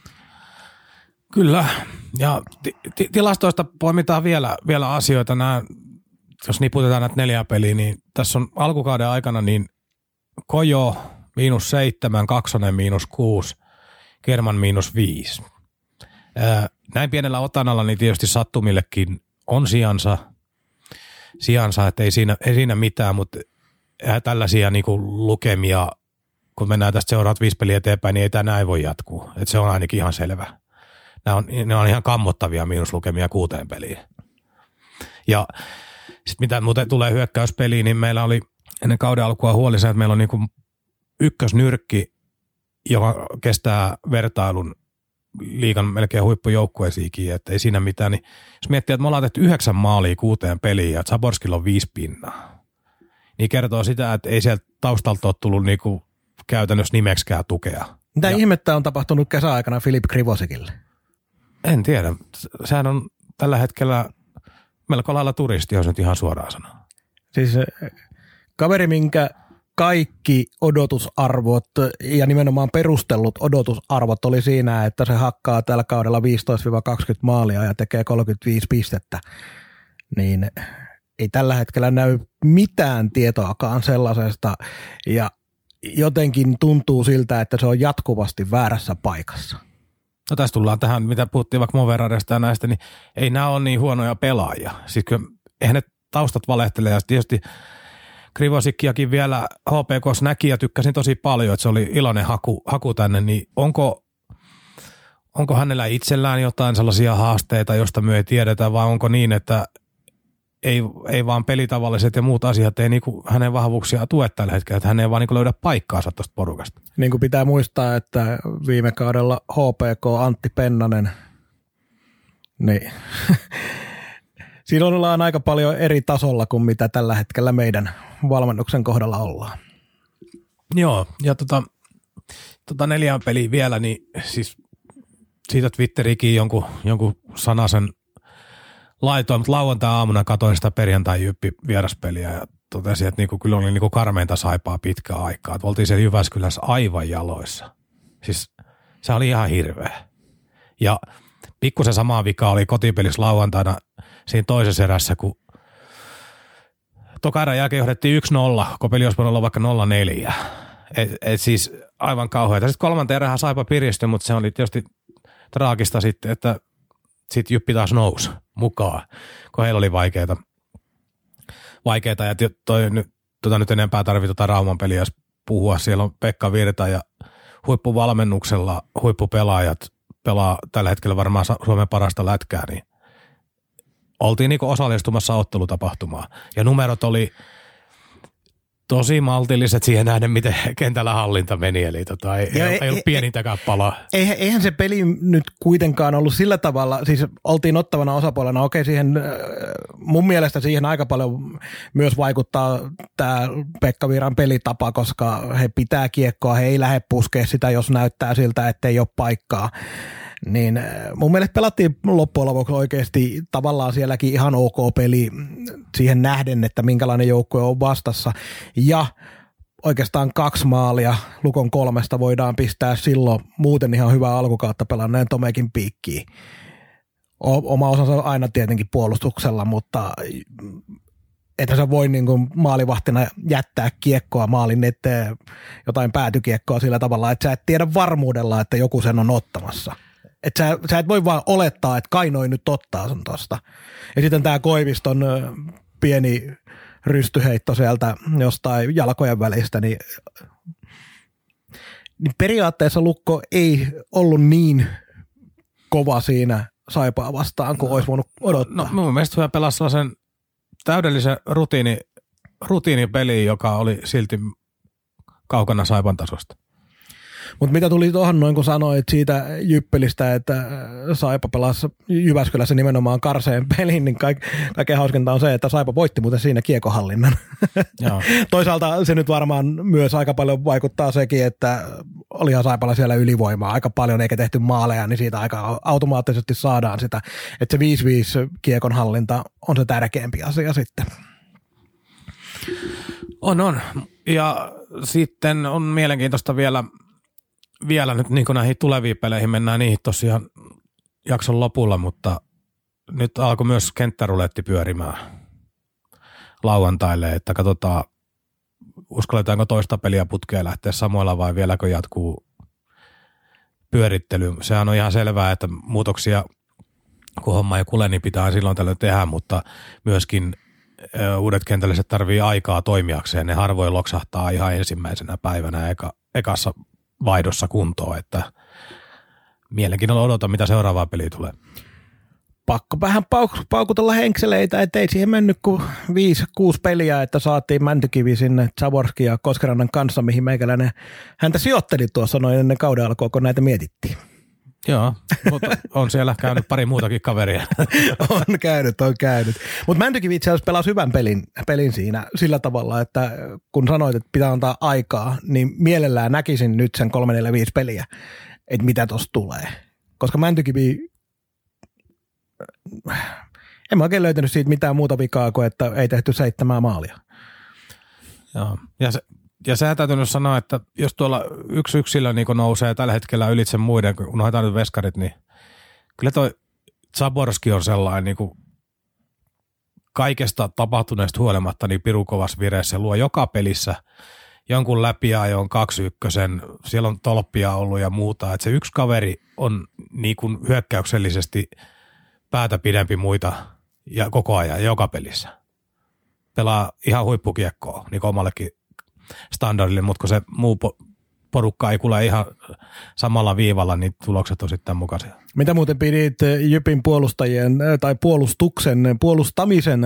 Kyllä, ja tilastoista poimitaan vielä asioita. Jos niputetaan näitä 4 peliä, niin tässä on alkukauden aikana niin Kojo -7, Kaksonen -6, Kerman -5. Näin pienellä otanalla niin tietysti sattumillekin on sijansa, että ei siinä mitään, mutta tällaisia niin kuin lukemia, kun mennään tästä seuraavat 5 peliä eteenpäin, niin ei tämä näin voi jatkuu. Että se on ainakin ihan selvä. Ne on ihan kammottavia miinuslukemia 6 peliin. Ja sitten mitä muuten tulee hyökkäyspeliin, niin meillä oli ennen kauden alkua huolissaan, että meillä on niin kuin ykkösnyrkki, joka kestää vertailun liigan melkein huippujoukkueisiinkin, että ei siinä mitään. Niin jos miettii, että me ollaan tehty 9 maalia 6 peliin ja Zaborskilla on 5 pinnaa, niin kertoo sitä, että ei sieltä taustalta ole tullut niinku käytännössä nimeksikään tukea. Mitä ihmettä on tapahtunut kesäaikana Filip Krivosikille? En tiedä. Sehän on tällä hetkellä melko lailla turisti, jos nyt ihan suoraan sanoo. Siis kaveri, minkä kaikki odotusarvot ja nimenomaan perustellut odotusarvot oli siinä, että se hakkaa tällä kaudella 15-20 maalia ja tekee 35 pistettä, niin ei tällä hetkellä näy mitään tietoakaan sellaisesta ja jotenkin tuntuu siltä, että se on jatkuvasti väärässä paikassa. No tässä tullaan tähän, mitä puhuttiin vaikka Moveradesta ja näistä, niin ei nämä ole niin huonoja pelaajia. Siis kyllä eihän ne taustat valehtelee ja tietysti Krivosikkiakin vielä HPK:ssa näki ja tykkäsin tosi paljon, että se oli iloinen haku tänne, niin onko hänellä itsellään jotain sellaisia haasteita, josta me ei tiedetä, vai onko niin, että ei vaan pelitavalliset ja muut asiat ei niinku hänen vahvuuksia tue tällä hetkellä, että hän ei vaan niinku löydä paikkaansa tuosta porukasta. Niin kuin pitää muistaa, että viime kaudella HPK Antti Pennanen, niin siinä ollaan aika paljon eri tasolla kuin mitä tällä hetkellä meidän valmennuksen kohdalla ollaan. Joo, ja 4 peliä vielä, niin siis siitä Twitterikin jonkun sanasen laitoin, mutta lauantai-aamuna katsoin sitä perjantai-Jyppi vieraspeliä ja totesin, että niinku, kyllä oli niinku karmeinta Saipaa pitkään aikaa. Että oltiin siellä Jyväskylässä aivan jaloissa. Siis se oli ihan hirveä. Ja pikkusen samaa vikaa oli kotipelissä lauantaina siinä toisessa erässä, kun toka erän jälkeen johdettiin 1-0, kun peli olisi voinut olla vaikka 0-4. Et siis aivan kauheata. Sitten kolmanteen erähän Saipa piristyi, mutta se oli tietysti traagista sitten, että sitten Jyppi taas nousi mukaan, kun heillä oli vaikeita ja nyt enempää tarvitse Rauman peliä puhua. Siellä on Pekka Virta ja huippuvalmennuksella huippupelaajat pelaa tällä hetkellä varmaan Suomen parasta lätkää, niin oltiin niinku osallistumassa ottelutapahtumaan. Ja numerot oli tosi maltilliset siihen nähden, miten kentällä hallinta meni, eli ei ollut pienintäkään palaa. Eihän se peli nyt kuitenkaan ollut sillä tavalla, siis oltiin ottavana osapuolena, okei siihen, mun mielestä siihen aika paljon myös vaikuttaa tämä Pekka Viiran pelitapa, koska he pitää kiekkoa, he ei lähde puskea sitä, jos näyttää siltä, ettei ole paikkaa. Niin mun mielestä pelattiin loppujen lopuksi oikeasti tavallaan sielläkin ihan ok peli siihen nähden, että minkälainen joukkue on vastassa. Ja oikeastaan 2 maalia Lukon 3 voidaan pistää silloin muuten ihan hyvää alkukautta pelanneen Tomekin piikkiin. Oma osansa aina tietenkin puolustuksella, mutta että se voi niin kuin maalivahtina jättää kiekkoa maalin eteen jotain päätykiekkoa sillä tavalla, että sä et tiedä varmuudella, että joku sen on ottamassa. Että sä et voi vaan olettaa, että Kainoi nyt ottaa sen tosta. Ja sitten tämä Koiviston pieni rystyheitto sieltä jostain jalkojen välistä, niin periaatteessa Lukko ei ollut niin kova siinä Saipaa vastaan, kuin olisi voinut odottaa. No mun mielestä hyvä pelasi sellaisen täydellisen rutiinipeliin, joka oli silti kaukana Saipan tasosta. Mutta mitä tuli tuohon noin, kun sanoit siitä Jyppelistä, että Saipa pelasi Jyväskylässä nimenomaan karseen pelin, niin kaikkein hauskinta on se, että Saipa voitti muuten siinä kiekohallinnan. Joo. Toisaalta se nyt varmaan myös aika paljon vaikuttaa sekin, että olihan Saipalla siellä ylivoimaa aika paljon eikä tehty maaleja, niin siitä aika automaattisesti saadaan sitä, että se 5-5 kiekon hallinta on se tärkeämpi asia sitten. On. Ja sitten on mielenkiintoista vielä nyt niin kuin näihin tuleviin peleihin, mennään niihin tosiaan jakson lopulla, mutta nyt alkoi myös kenttäruletti pyörimään lauantaille, että katsotaan, uskalletaanko toista peliä putkeen lähteä samoilla vai vieläkö jatkuu pyörittely. Sehän on ihan selvää, että muutoksia, kun homma ei kule, niin pitää silloin tällöin tehdä, mutta myöskin uudet kentälliset tarvii aikaa toimijakseen. Ne harvoin loksahtaa ihan ensimmäisenä päivänä ekassa vaihdossa kuntoon, että mielenkiinnolla odotan, mitä seuraavaa peliä tulee. Pakko vähän paukutella henkseleitä, ettei siihen mennyt kuin 5-6 peliä, että saatiin Mäntykivi sinne Zaborski ja Koskerannan kanssa, mihin meikäläinen häntä sijoitteli tuossa noin ennen kauden alkua, kun näitä mietittiin. Joo, mutta on siellä käynyt pari muutakin kaveria. On käynyt. Mutta Mäntykivi itse asiassa pelasi hyvän pelin siinä sillä tavalla, että kun sanoit, että pitää antaa aikaa, niin mielellään näkisin nyt sen 3-4-5 peliä, että mitä tuossa tulee. Koska Mäntykivi, en mä oikein löytänyt siitä mitään muuta vikaa kuin, että ei tehty 7 maalia. Joo, ja sehän täytyy nyt sanoa, että jos tuolla yksi yksilö niin nousee tällä hetkellä ylitse muiden, kun unohdetaan nyt veskarit, niin kyllä toi Zaborski on sellainen niin kuin kaikesta tapahtuneesta huolimatta niin pirukovassa vireessä. Luo joka pelissä jonkun läpiajon 2-1, siellä on tolppia ollut ja muuta. Että se yksi kaveri on niin kuin hyökkäyksellisesti päätä pidempi muita ja koko ajan joka pelissä. pelaa ihan huippukiekkoa niin omallekin standardille, mutta kun se muu porukka ei kuule ihan samalla viivalla, niin tulokset on sitten mukaisia. Mitä muuten pidit Jypin puolustajien tai puolustamisen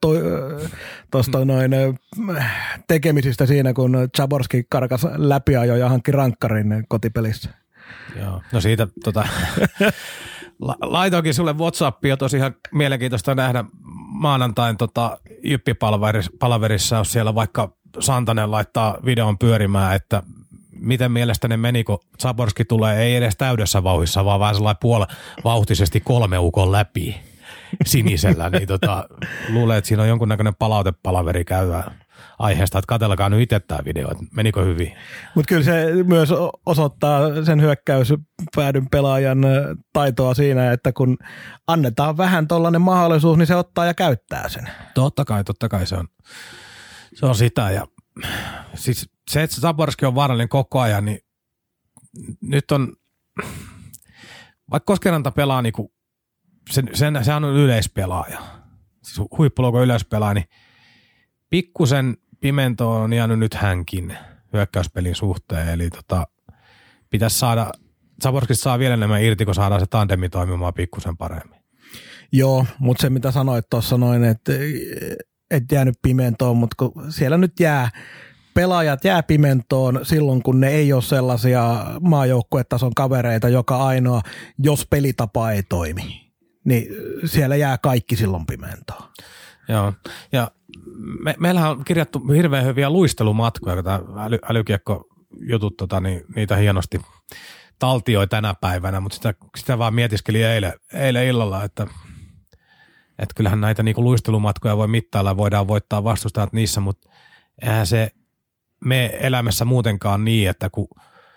tekemisistä siinä, kun Zaborski karkas läpiajo ja hankki rankkarin kotipelissä? Joo, no siitä laitoinkin sulle WhatsAppia, tosiaan mielenkiintoista nähdä maanantain Jyppi-palaverissa, jos siellä vaikka Santanen laittaa videon pyörimään, että miten mielestäni meni, kun Zaborski tulee ei edes täydessä vauhissa, vaan vähän sellainen puolivauhtisesti 3 ukon läpi sinisellä, niin luulen, että siinä on jonkunnäköinen palautepalaveri käydään aiheesta, että katselkaa nyt itse tämä video, että menikö hyvin. Mutta kyllä se myös osoittaa sen hyökkäyspäädyn pelaajan taitoa siinä, että kun annetaan vähän tollainen mahdollisuus, niin se ottaa ja käyttää sen. Totta kai se on sitä. Ja siis se, että Zaborski on vaarallinen koko ajan, niin nyt on, vaikka Koskenranta pelaa, niin sehän on yleispelaaja, siis huippuluokon yleispelaaja, niin pikkusen pimentoon on jäänyt nyt hänkin hyökkäyspelin suhteen, eli pitäisi saada, Zaborskista saa vielä enemmän irti, kun saadaan se tandemi toimimaan pikkusen paremmin. Joo, mutta se mitä sanoit tuossa noin, että et jäänyt pimentoon, mutta kun siellä nyt pelaajat jää pimentoon silloin, kun ne ei ole sellaisia maajoukkuetason kavereita, joka ainoa, jos pelitapa ei toimi, niin siellä jää kaikki silloin pimentoon. Joo, ja meillähän on kirjattu hirveän hyviä luistelumatkoja, kun tämä älykiekko-jutut, niin niitä hienosti taltioi tänä päivänä, mutta sitä vaan mietiskeli eilen illalla, että kyllähän näitä niinku luistelumatkoja voi mittailla, voidaan voittaa vastustajat niissä, mutta eihän se me elämässä muutenkaan niin, että kun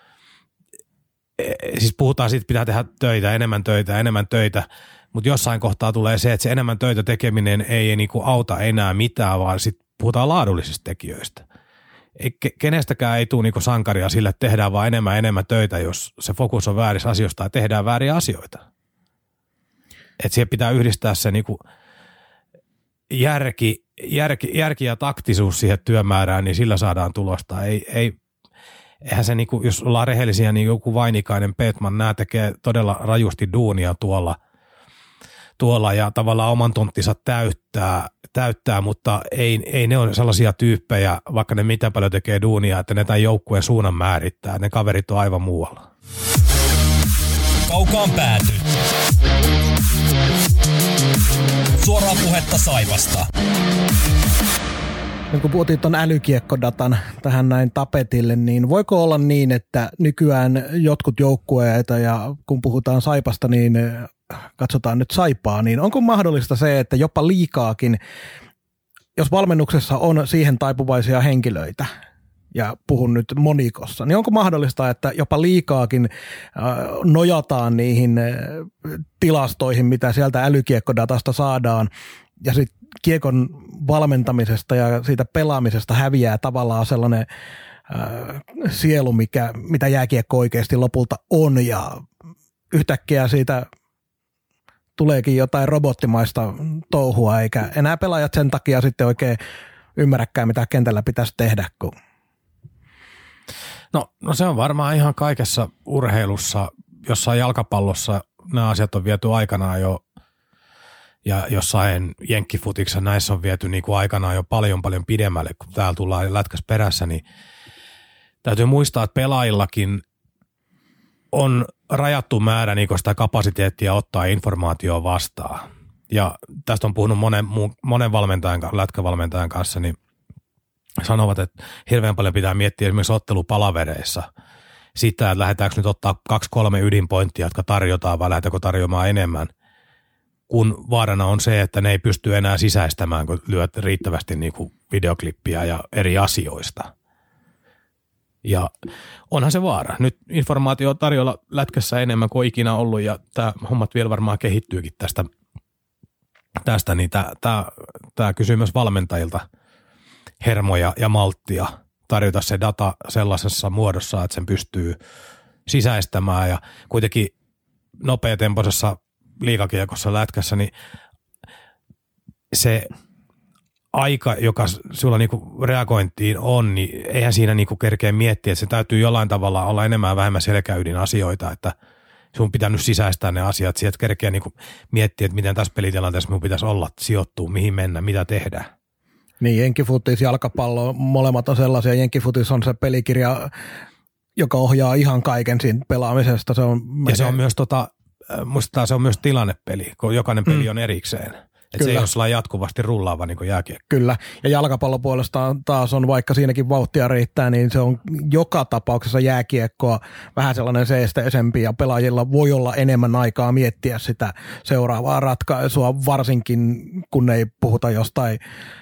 siis puhutaan siitä, että pitää tehdä töitä, enemmän töitä, mutta jossain kohtaa tulee se, että se enemmän töitä tekeminen ei niinku auta enää mitään, vaan sitten puhutaan laadullisista tekijöistä. Kenestäkään ei tule niinku sankaria sille, että tehdään vaan enemmän töitä, jos se fokus on väärissä asioista ja tehdään vääriä asioita. Että siihen pitää yhdistää se niinku järki ja taktisuus siihen työmäärään, niin sillä saadaan tulosta. Eihän se, niinku, jos ollaan rehellisiä, niin joku Vainikainen, Petman, nämä tekee todella rajusti duunia tuolla ja tavallaan oman tonttinsa täyttää, mutta ei ne ole sellaisia tyyppejä, vaikka ne mitä paljon tekee duunia, että ne tämän joukkueen suunnan määrittää. Ne kaverit on aivan muualla. Kaukaan pääty. Suoraa puhetta Saivasta. Kun puhuttiin tuon älykiekkodatan tähän näin tapetille, niin voiko olla niin, että nykyään jotkut joukkueita ja kun puhutaan Saipasta, niin katsotaan nyt Saipaa, niin onko mahdollista se, että jopa liikaakin, jos valmennuksessa on siihen taipuvaisia henkilöitä, ja puhun nyt monikossa, niin onko mahdollista, että jopa liikaakin nojataan niihin tilastoihin, mitä sieltä älykiekkodatasta saadaan, ja sitten kiekon valmentamisesta ja siitä pelaamisesta häviää tavallaan sellainen sielu, mitä jääkiekko oikeasti lopulta on, ja yhtäkkiä siitä tuleekin jotain robottimaista touhua, eikä enää pelaajat sen takia sitten oikein ymmärräkään, mitä kentällä pitäisi tehdä. No se on varmaan ihan kaikessa urheilussa, jossain jalkapallossa nämä asiat on viety aikanaan jo, ja jossain jenkkifutiksessa näissä on viety niin kuin aikanaan jo paljon pidemmälle, kun täällä tullaan lätkäs perässä, niin täytyy muistaa, että pelaajillakin on rajattu määrä niin sitä kapasiteettia ottaa informaatiota vastaan. Ja tästä on puhunut monen lätkävalmentajan kanssa, niin sanovat, että hirveän paljon pitää miettiä esimerkiksi ottelupalavereissa sitä, että lähdetäänkö nyt ottaa 2-3 ydinpointtia, jotka tarjotaan, vai lähdetäänkö tarjoamaan enemmän, kun vaarana on se, että ne ei pysty enää sisäistämään, kun lyöt riittävästi niin kuin videoklippiä ja eri asioista. Ja onhan se vaara. Nyt informaatio on tarjolla lätkässä enemmän kuin ikinä ollut, ja tämä hommat vielä varmaan kehittyykin tästä niin tämä kysyy myös valmentajilta hermoja ja malttia tarjota se data sellaisessa muodossa, että sen pystyy sisäistämään, ja kuitenkin nopeatempoisessa liigakiekossa lätkässä, niin se aika, joka sulla niinku reagointiin on, niin eihän siinä niinku kerkeä miettiä, että se täytyy jollain tavalla olla enemmän vähemmän selkäydin asioita, että sun pitää nyt sisäistää ne asiat, sieltä kerkeä niinku miettiä, että miten tässä pelitilanteessa mun pitäisi olla, sijoittua, mihin mennä, mitä tehdään. Niin, jenkifutis, jalkapallo, molemmat on sellaisia. Jenkifutis on se pelikirja, joka ohjaa ihan kaiken siinä pelaamisesta. Ja se on myös muistetaan, se on myös tilannepeli, kun jokainen peli on erikseen. Että se ei ole sellainen jatkuvasti rullaava niin kuin jääkiekko. Kyllä, ja jalkapallo puolestaan taas on, vaikka siinäkin vauhtia riittää, niin se on joka tapauksessa jääkiekkoa vähän sellainen seesteisempi, ja pelaajilla voi olla enemmän aikaa miettiä sitä seuraavaa ratkaisua, varsinkin kun ei puhuta jostain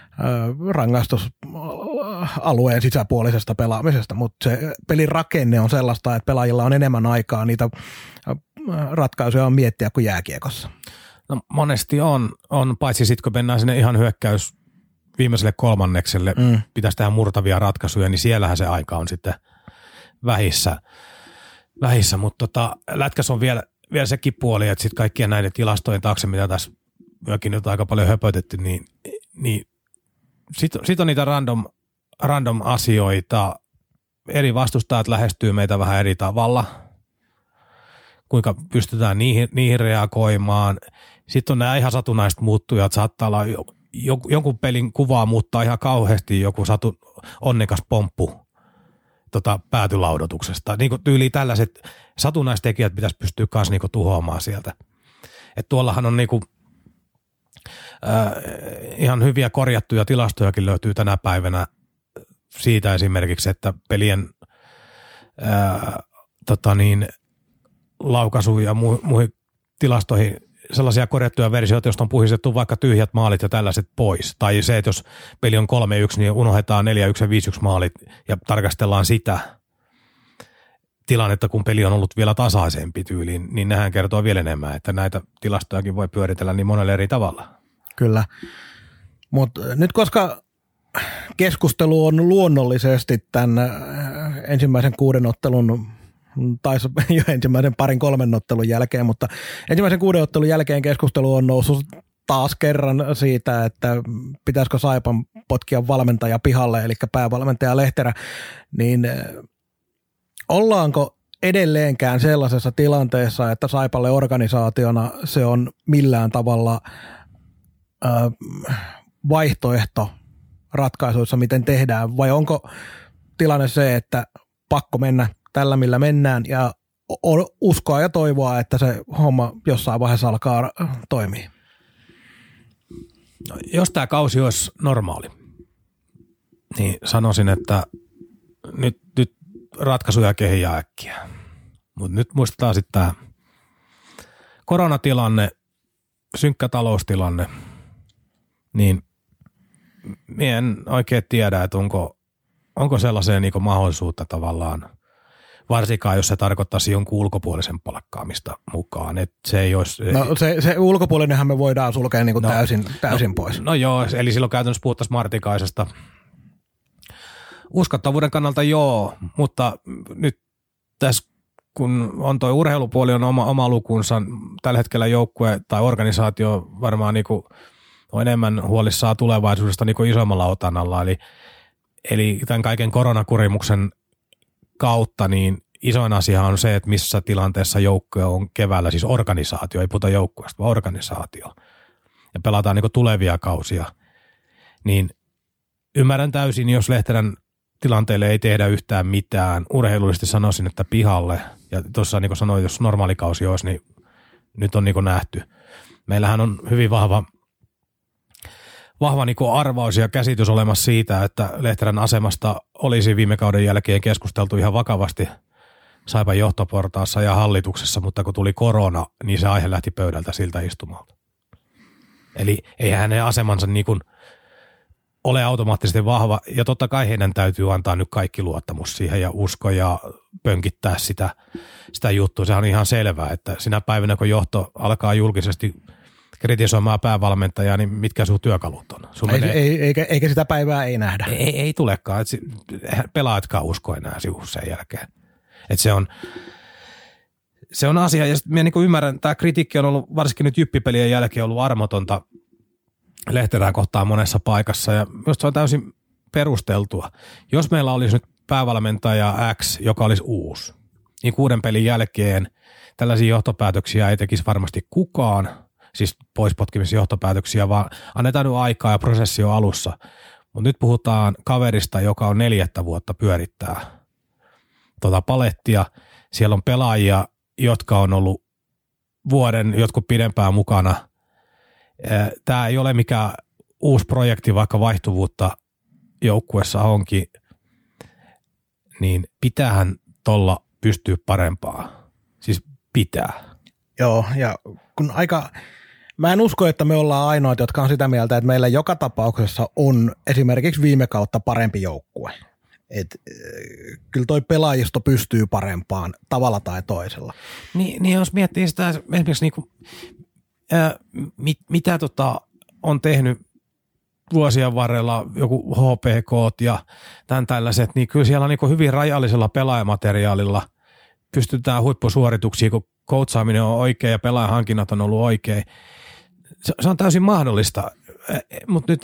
rangaistusalueen sisäpuolisesta pelaamisesta, mutta se pelin rakenne on sellaista, että pelaajilla on enemmän aikaa niitä ratkaisuja on miettiä kuin jääkiekossa. No monesti on paitsi sitten kun mennään sinne ihan hyökkäys viimeiselle kolmannekselle, pitäisi tehdä murtavia ratkaisuja, niin siellähän se aika on sitten vähissä. Mutta lätkässä on vielä sekin puoli, että sitten kaikkien näiden tilastojen taakse, mitä tässä myöskin nyt aika paljon höpötetty, niin sit on niitä random asioita. Eri vastustajat lähestyy meitä vähän eri tavalla, kuinka pystytään niihin reagoimaan. Sitten on nämä ihan satunnaiset muuttujat, saattaa olla jonkun pelin kuvaa muuttaa ihan kauheasti joku onnekas pomppu päätylaudotuksesta. Niin kuin tyyliin tällaiset satunnaistekijät pitäisi pystyä myös niin kuin tuhoamaan sieltä. Et tuollahan on niin kuin, ihan hyviä korjattuja tilastojakin löytyy tänä päivänä siitä esimerkiksi, että pelien laukaisu ja muihin tilastoihin sellaisia korjattuja versioita, joista on puhistettu vaikka tyhjät maalit ja tällaiset pois. Tai se, että jos peli on 3-1, niin unohdetaan 4-1 ja 5-1 maalit ja tarkastellaan sitä tilannetta, kun peli on ollut vielä tasaisempi tyyliin, niin nehän kertoo vielä enemmän, että näitä tilastojakin voi pyöritellä niin monelle eri tavalla. Kyllä, mutta nyt koska keskustelu on luonnollisesti tämän ensimmäisen 6 ottelun, taisi jo ensimmäisen 2-3 ottelun jälkeen, mutta ensimmäisen 6 ottelun jälkeen keskustelu on noussut taas kerran siitä, että pitäisikö Saipan potkia valmentaja pihalle, eli päävalmentaja Lehterä, niin ollaanko edelleenkään sellaisessa tilanteessa, että Saipalle organisaationa se on millään tavalla vaihtoehto ratkaisuissa, miten tehdään, vai onko tilanne se, että pakko mennä tällä, millä mennään, ja uskoa ja toivoa, että se homma jossain vaiheessa alkaa toimia? No, jos tämä kausi olisi normaali, niin sanoisin, että nyt ratkaisuja kehiää äkkiä. Mutta nyt muistetaan sitten tämä koronatilanne, synkkä taloustilanne, niin minä en oikein tiedä, että onko sellaiseen niin mahdollisuutta tavallaan, varsinkaan jos se tarkoittaisi jonkun ulkopuolisen palkkaamista mukaan. Että se ei olisi, no se ulkopuolinenhan me voidaan sulkea niin kuin täysin pois. No joo, eli silloin käytännössä puhuttaisiin Martikaisesta. Uskottavuuden kannalta joo, mutta nyt tässä kun on tuo urheilupuoli on oma lukunsa, tällä hetkellä joukkue tai organisaatio varmaan niin kuin on enemmän huolissaan tulevaisuudesta niin kuin isommalla otannalla. Eli tämän kaiken koronakurimuksen kautta niin isoin asia on se, että missä tilanteessa joukkue on keväällä, siis organisaatio, ei puhuta joukkueesta, vaan organisaatio. Ja pelataan niin kuin tulevia kausia. Niin ymmärrän täysin, jos Lehterän tilanteelle ei tehdä yhtään mitään. Urheilullisesti sanoisin, että pihalle. Ja tuossa niin kuin sanoin, jos normaali kausi olisi, niin nyt on niin kuin nähty. Meillähän on hyvin vahva niin kuin arvaus ja käsitys olemassa siitä, että Lehterän asemasta olisi viime kauden jälkeen keskusteltu ihan vakavasti Saipan johtoportaassa ja hallituksessa, mutta kun tuli korona, niin se aihe lähti pöydältä siltä istumalta. Eli eihän hänen asemansa niin kuin ole automaattisesti vahva, ja totta kai heidän täytyy antaa nyt kaikki luottamus siihen ja usko ja pönkittää sitä juttua. Se on ihan selvää, että sinä päivänä, kun johto alkaa julkisesti kritisoimaan päävalmentajaa, niin mitkä sun työkalut on? Eikä sitä päivää ei nähdä. Ei tulekaan. Pelaajatkaan usko enää sivuun sen jälkeen. Että se on asia, ja minä niin ymmärrän, tämä kritiikki on ollut varsinkin nyt jyppipelien jälkeen ollut armotonta Lehterää kohtaa monessa paikassa ja myös se on täysin perusteltua. Jos meillä olisi nyt päävalmentaja X, joka olisi uusi, niin 6 pelin jälkeen tällaisia johtopäätöksiä ei tekisi varmasti kukaan, siis poispotkimisen johtopäätöksiä, vaan annetaan nyt aikaa ja prosessi on alussa. Mutta nyt puhutaan kaverista, joka on 4 vuotta pyörittää palettia. Siellä on pelaajia, jotka on ollut vuoden, jotkut pidempään mukana. Tämä ei ole mikään uusi projekti, vaikka vaihtuvuutta joukkuessa onkin, niin pitäähän tuolla pystyä parempaan. Siis pitää. Joo, ja kun mä en usko, että me ollaan ainoat, jotka on sitä mieltä, että meillä joka tapauksessa on esimerkiksi viime kautta parempi joukkue. Kyllä toi pelaajisto pystyy parempaan tavalla tai toisella. Niin jos miettii sitä esimerkiksi mitä on tehnyt vuosien varrella joku HPK ja tämän tällaiset, niin kyllä siellä on hyvin rajallisella pelaajamateriaalilla pystytään huippusuorituksiin, kun coachaaminen on oikein ja pelaajahankinnat on ollut oikein. Se on täysin mahdollista, mutta nyt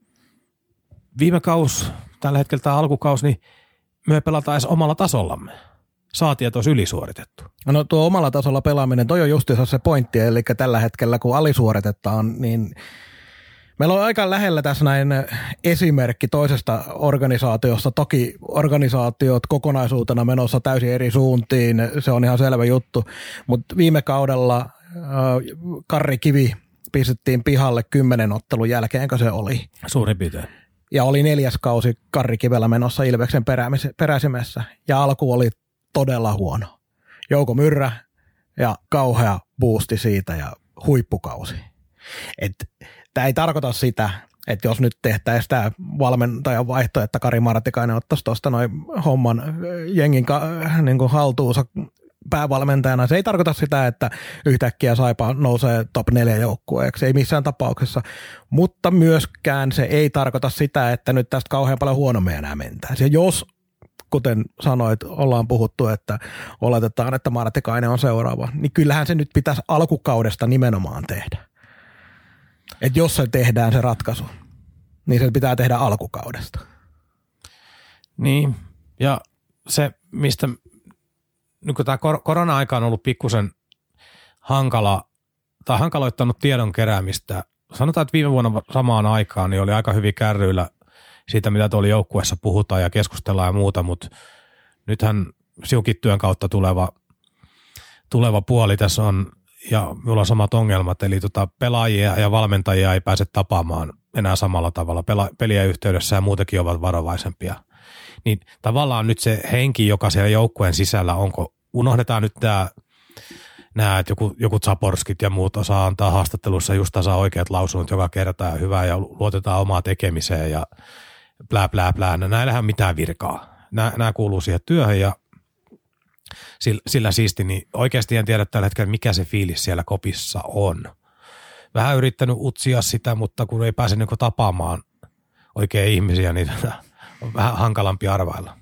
viime kaus, tällä hetkellä tämä alkukaus, niin me pelataan edes omalla tasollamme. Saatiin, että olisi ylisuoritettu. No tuo omalla tasolla pelaaminen, toi on justiinsa se pointti, eli tällä hetkellä kun alisuoritetaan, niin meillä on aika lähellä tässä näin esimerkki toisesta organisaatiosta. Toki organisaatiot kokonaisuutena menossa täysin eri suuntiin, se on ihan selvä juttu, mutta viime kaudella Karri Kivi pistettiin pihalle 10 ottelun jälkeenkö se oli? Suurin piirtein. Ja oli 4. kausi Karri Kivellä menossa Ilveksen peräsimessä ja alku oli todella huono. Jouko Myrrä ja kauhea boosti siitä ja huippukausi. Tämä ei tarkoita sitä, että jos nyt tehtäisiin tämä valmentajan vaihto, että Kari Martikainen ottaisi tuosta noin homman jengin niin haltuunsa päävalmentajana. Se ei tarkoita sitä, että yhtäkkiä Saipa nousee top 4 joukkueeksi, ei missään tapauksessa, mutta myöskään se ei tarkoita sitä, että nyt tästä kauhean paljon huonommin enää mentäisiin. Ja jos, kuten sanoit, ollaan puhuttu, että oletetaan, että Martikainen on seuraava, niin kyllähän se nyt pitäisi alkukaudesta nimenomaan tehdä. Että jos se tehdään se ratkaisu, niin se pitää tehdä alkukaudesta. Niin, ja se, mistä nyt kun tämä korona-aika on ollut pikkusen hankaloittanut tiedon keräämistä, sanotaan, että viime vuonna samaan aikaan niin oli aika hyvin kärryillä siitä, mitä tuolla joukkueessa puhutaan ja keskustellaan ja muuta, mutta nythän siunkin työn kautta tuleva puoli tässä on, ja minulla on samat ongelmat, eli pelaajia ja valmentajia ei pääse tapaamaan enää samalla tavalla. Pelien yhteydessä ja muutenkin ovat varovaisempia. Niin tavallaan nyt se henki, joka siellä joukkueen sisällä unohdetaan nyt nämä, että joku Zaporskit ja muut osaa antaa haastattelussa just tasaa oikeat lausunnot joka kerta ja hyvää ja luotetaan omaa tekemiseen ja blää blää blää. Näillähän mitään virkaa. Nämä kuuluu siihen työhön ja sillä siisti, niin oikeasti en tiedä tällä hetkellä, mikä se fiilis siellä kopissa on. Vähän yrittänyt utsia sitä, mutta kun ei pääse tapaamaan oikein ihmisiä, niin on vähän hankalampi arvailla.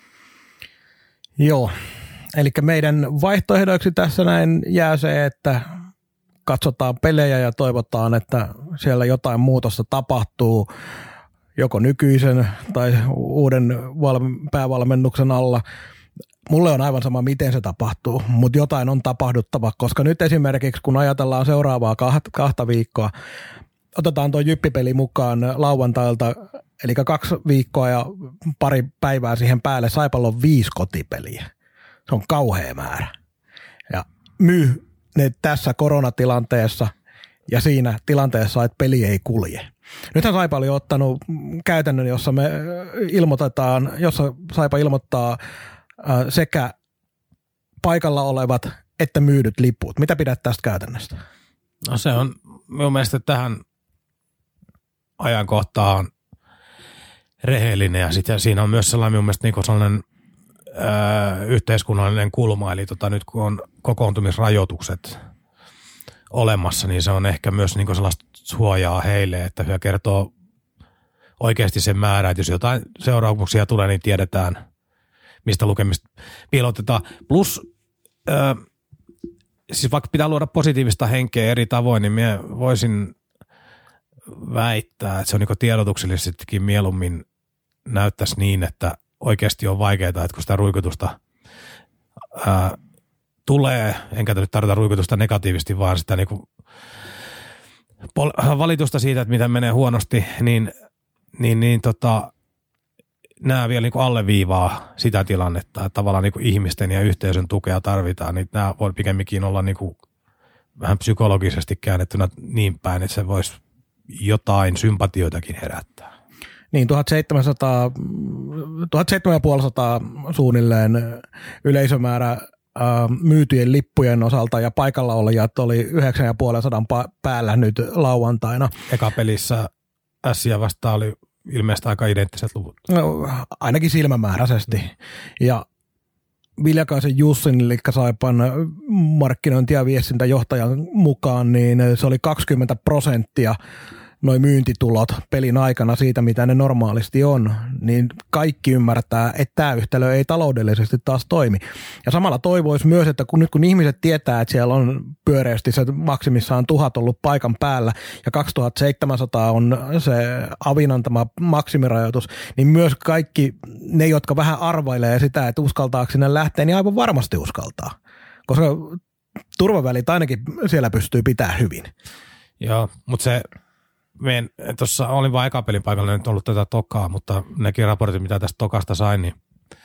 Joo, eli meidän vaihtoehdoiksi tässä näin jää se, että katsotaan pelejä ja toivotaan, että siellä jotain muutosta tapahtuu joko nykyisen tai uuden päävalmennuksen alla. Mulle on aivan sama, miten se tapahtuu, mutta jotain on tapahduttava, koska nyt esimerkiksi, kun ajatellaan seuraavaa 2 viikkoa, otetaan tuo Jyppipeli mukaan lauantailta, eli 2 viikkoa ja pari päivää siihen päälle, Saipalla on 5 kotipeliä. Se on kauhea määrä. Ja myy ne tässä koronatilanteessa ja siinä tilanteessa, että peli ei kulje. Nythän Saipa oli ottanut käytännön, jossa me ilmoitetaan, jossa Saipa ilmoittaa sekä paikalla olevat että myydyt liput. Mitä pidät tästä käytännöstä? No se on minun mielestä tähän ajankohtaan rehellinen ja siinä on myös sellainen minun mielestä sellainen yhteiskunnallinen kulma, eli nyt kun on kokoontumisrajoitukset olemassa, niin se on ehkä myös sellaista suojaa heille, että he kertoo oikeasti sen määrä, että jos jotain seurauksia tulee, niin tiedetään, mistä lukemista piilotetaan. Plus, siis vaikka pitää luoda positiivista henkeä eri tavoin, niin minä voisin väittää, että se on niin tiedotuksellisestikin mieluummin näyttäisi niin, että oikeasti on vaikeaa, että kun sitä ruikutusta tulee, enkä nyt tarvita ruikutusta negatiivisesti, vaan sitä niin valitusta siitä, että mitä menee huonosti, niin nämä vielä niin alleviivaa sitä tilannetta, että tavallaan niin ihmisten ja yhteisön tukea tarvitaan, niin nämä voi pikemminkin olla niin vähän psykologisesti käännettynä niin päin, että se voisi jotain sympatioitakin herättää. Niin 1700 suunnilleen yleisömäärä myytyjen lippujen osalta ja paikallaolijat oli 950 päällä nyt lauantaina. Eka pelissä Ässiä vastaan oli ilmeisesti aika identtiset luvut. No, ainakin silmämääräisesti. Ja Viljakaisen Jussin, eli Saipan markkinointi- ja viestintäjohtajan mukaan, niin se oli 20% noin myyntitulot pelin aikana siitä, mitä ne normaalisti on, niin kaikki ymmärtää, että tämä yhtälö ei taloudellisesti taas toimi. Ja samalla toivoisi myös, että kun ihmiset tietää, että siellä on pyöreästi se maksimissaan 1000 ollut paikan päällä ja 2700 on se avin antama maksimirajoitus, niin myös kaikki ne, jotka vähän arvailee sitä, että uskaltaako sinne lähteä, niin aivan varmasti uskaltaa. Koska turvavälit ainakin siellä pystyy pitämään hyvin. Joo, mutta se tuossa olin vain eka pelin paikalla, nyt ollut tätä tokaa, mutta nekin raportit, mitä tästä tokasta sain, niin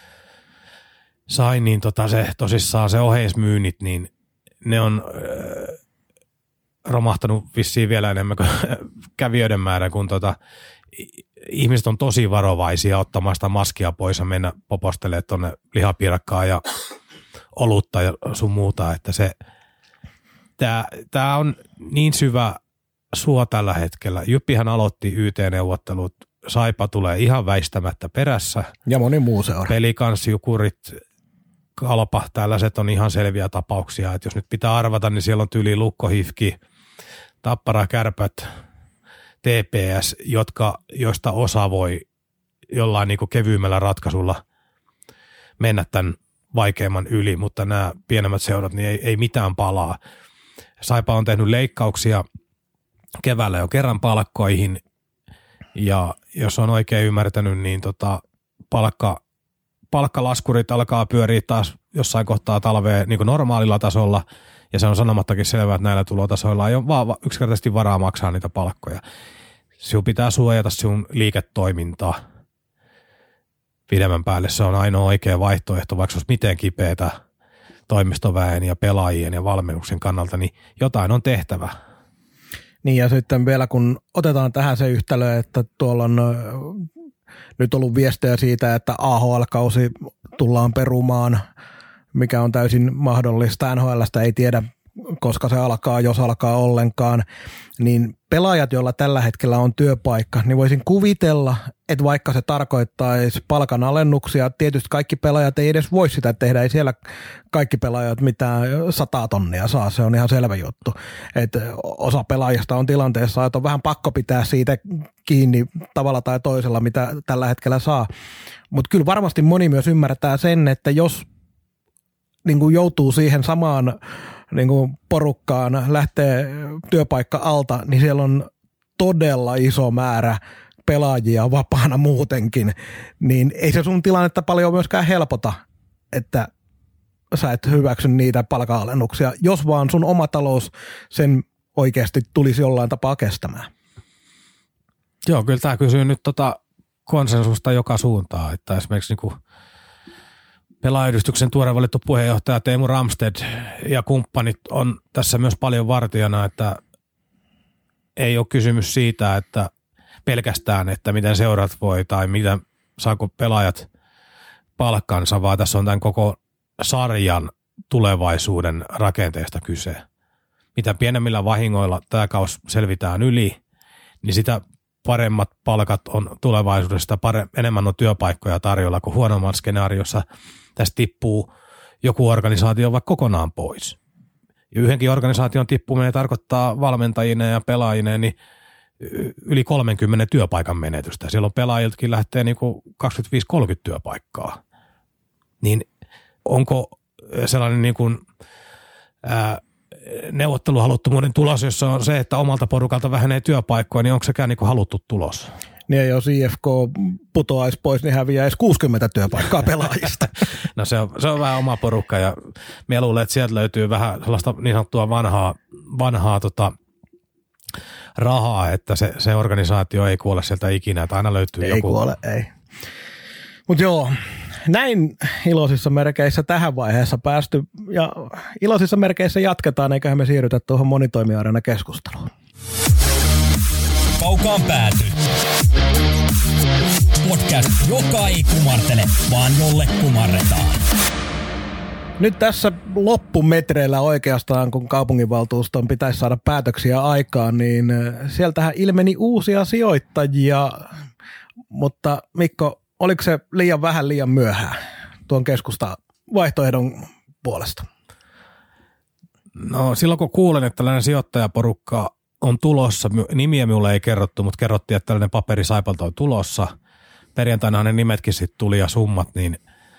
se tosissaan se oheismyynnit, niin ne on romahtanut vissiin vielä enemmän kuin kävijöiden määrä, kun ihmiset on tosi varovaisia ottamaan sitä maskia pois ja mennä popostelemaan tuonne lihapiirakkaan ja olutta ja sun muuta, että tämä on niin syvä suo tällä hetkellä. Jyppihän aloitti YT-neuvottelut, Saipa tulee ihan väistämättä perässä. Ja moni muu se on. Pelikansjukurit, Kalpa, tällaiset on ihan selviä tapauksia. Että jos nyt pitää arvata, niin siellä on tyyli Lukko, HIFK, Tappara, Kärpät, TPS, joista osa voi jollain niin kuin kevyimmällä ratkaisulla mennä tämän vaikeimman yli, mutta nämä pienemmät seurat, niin ei mitään palaa. Saipa on tehnyt leikkauksia keväällä jo kerran palkkoihin, ja jos on oikein ymmärtänyt, niin palkkalaskurit alkaa pyöriä taas jossain kohtaa talvea niin kuin normaalilla tasolla, ja se on sanomattakin selvää, että näillä tulotasoilla ei ole vaan yksinkertaisesti varaa maksaa niitä palkkoja. Sinun pitää suojata sinun liiketoimintaa. Pidemmän päälle se on ainoa oikea vaihtoehto, vaikka se olisi miten kipeätä toimistoväen ja pelaajien ja valmennuksen kannalta, niin jotain on tehtävä. Niin ja sitten vielä kun otetaan tähän se yhtälö, että tuolla on nyt ollut viestejä siitä, että AHL-kausi tullaan perumaan, mikä on täysin mahdollista. NHL:stä ei tiedä, koska se alkaa, jos alkaa ollenkaan. Niin pelaajat, joilla tällä hetkellä on työpaikka, niin voisin kuvitella, että vaikka se tarkoittaisi palkanalennuksia, tietysti kaikki pelaajat ei edes voi sitä tehdä, ei siellä kaikki pelaajat mitään 100 tonnia saa, se on ihan selvä juttu. Että osa pelaajista on tilanteessa, että on vähän pakko pitää siitä kiinni tavalla tai toisella, mitä tällä hetkellä saa. Mutta kyllä varmasti moni myös ymmärtää sen, että jos niin kuin joutuu siihen samaan niin kuin porukkaan, lähtee työpaikka alta, niin siellä on todella iso määrä pelaajia vapaana muutenkin, niin ei se sun tilannetta paljon myöskään helpota, että sä et hyväksy niitä palkanalennuksia, jos vaan sun oma talous sen oikeasti tulisi jollain tapaa kestämään. Joo, kyllä tämä kysyy nyt konsensusta joka suuntaan, että esimerkiksi niin Pelaajayhdistyksen tuore valittu puheenjohtaja Teemu Ramsted ja kumppanit on tässä myös paljon vartijana, että ei ole kysymys siitä, että pelkästään, että miten seurat voi tai miten saako pelaajat palkkansa, vaan tässä on tämän koko sarjan tulevaisuuden rakenteesta kyse. Mitä pienemmillä vahingoilla tämä kausi selvitään yli, niin sitä paremmat palkat on tulevaisuudesta, enemmän on työpaikkoja tarjolla kuin huonomman skenaariossa. Tästä tippuu joku organisaatio vaikka kokonaan pois. Ja yhdenkin organisaation tippuminen tarkoittaa valmentajine ja pelaajine niin yli 30 työpaikan menetystä. Siellä on pelaajiltakin lähtee niin kuin 25-30 työpaikkaa. Niin onko sellainen niin kuin, neuvotteluhaluttomuuden tulos, jossa on se, että omalta porukalta vähenee työpaikkoja, niin onko sekään niin kuin haluttu tulos? Niin jos IFK putoaisi pois, niin häviäisi 60 työpaikkaa pelaajista. No se on vähän oma porukka ja minä luulen, että sieltä löytyy vähän sellaista niin sanottua vanhaa rahaa, että se organisaatio ei kuole sieltä ikinä, että aina löytyy ei joku. Ei kuole, ei. Mutta joo, näin iloisissa merkeissä tähän vaiheessa päästy ja iloisissa merkeissä jatketaan, eiköhän me siirrytä tuohon monitoimiareena keskusteluun. Kaukaan pääty. Podcast, joka ei kumartele, vaan jolle kumarretaan. Nyt tässä loppumetreillä oikeastaan, kun kaupunginvaltuuston pitäisi saada päätöksiä aikaan, niin sieltähän ilmeni uusia sijoittajia, mutta Mikko, oliko se liian vähän liian myöhään tuon keskusta vaihtoehdon puolesta? No silloin kun kuulen, että tällainen sijoittajaporukka on tulossa, nimiä minulle ei kerrottu, mutta kerrottiin, että tällainen paperi Saipalta on tulossa. Perjantaina ne nimetkin sitten tuli ja summat, niin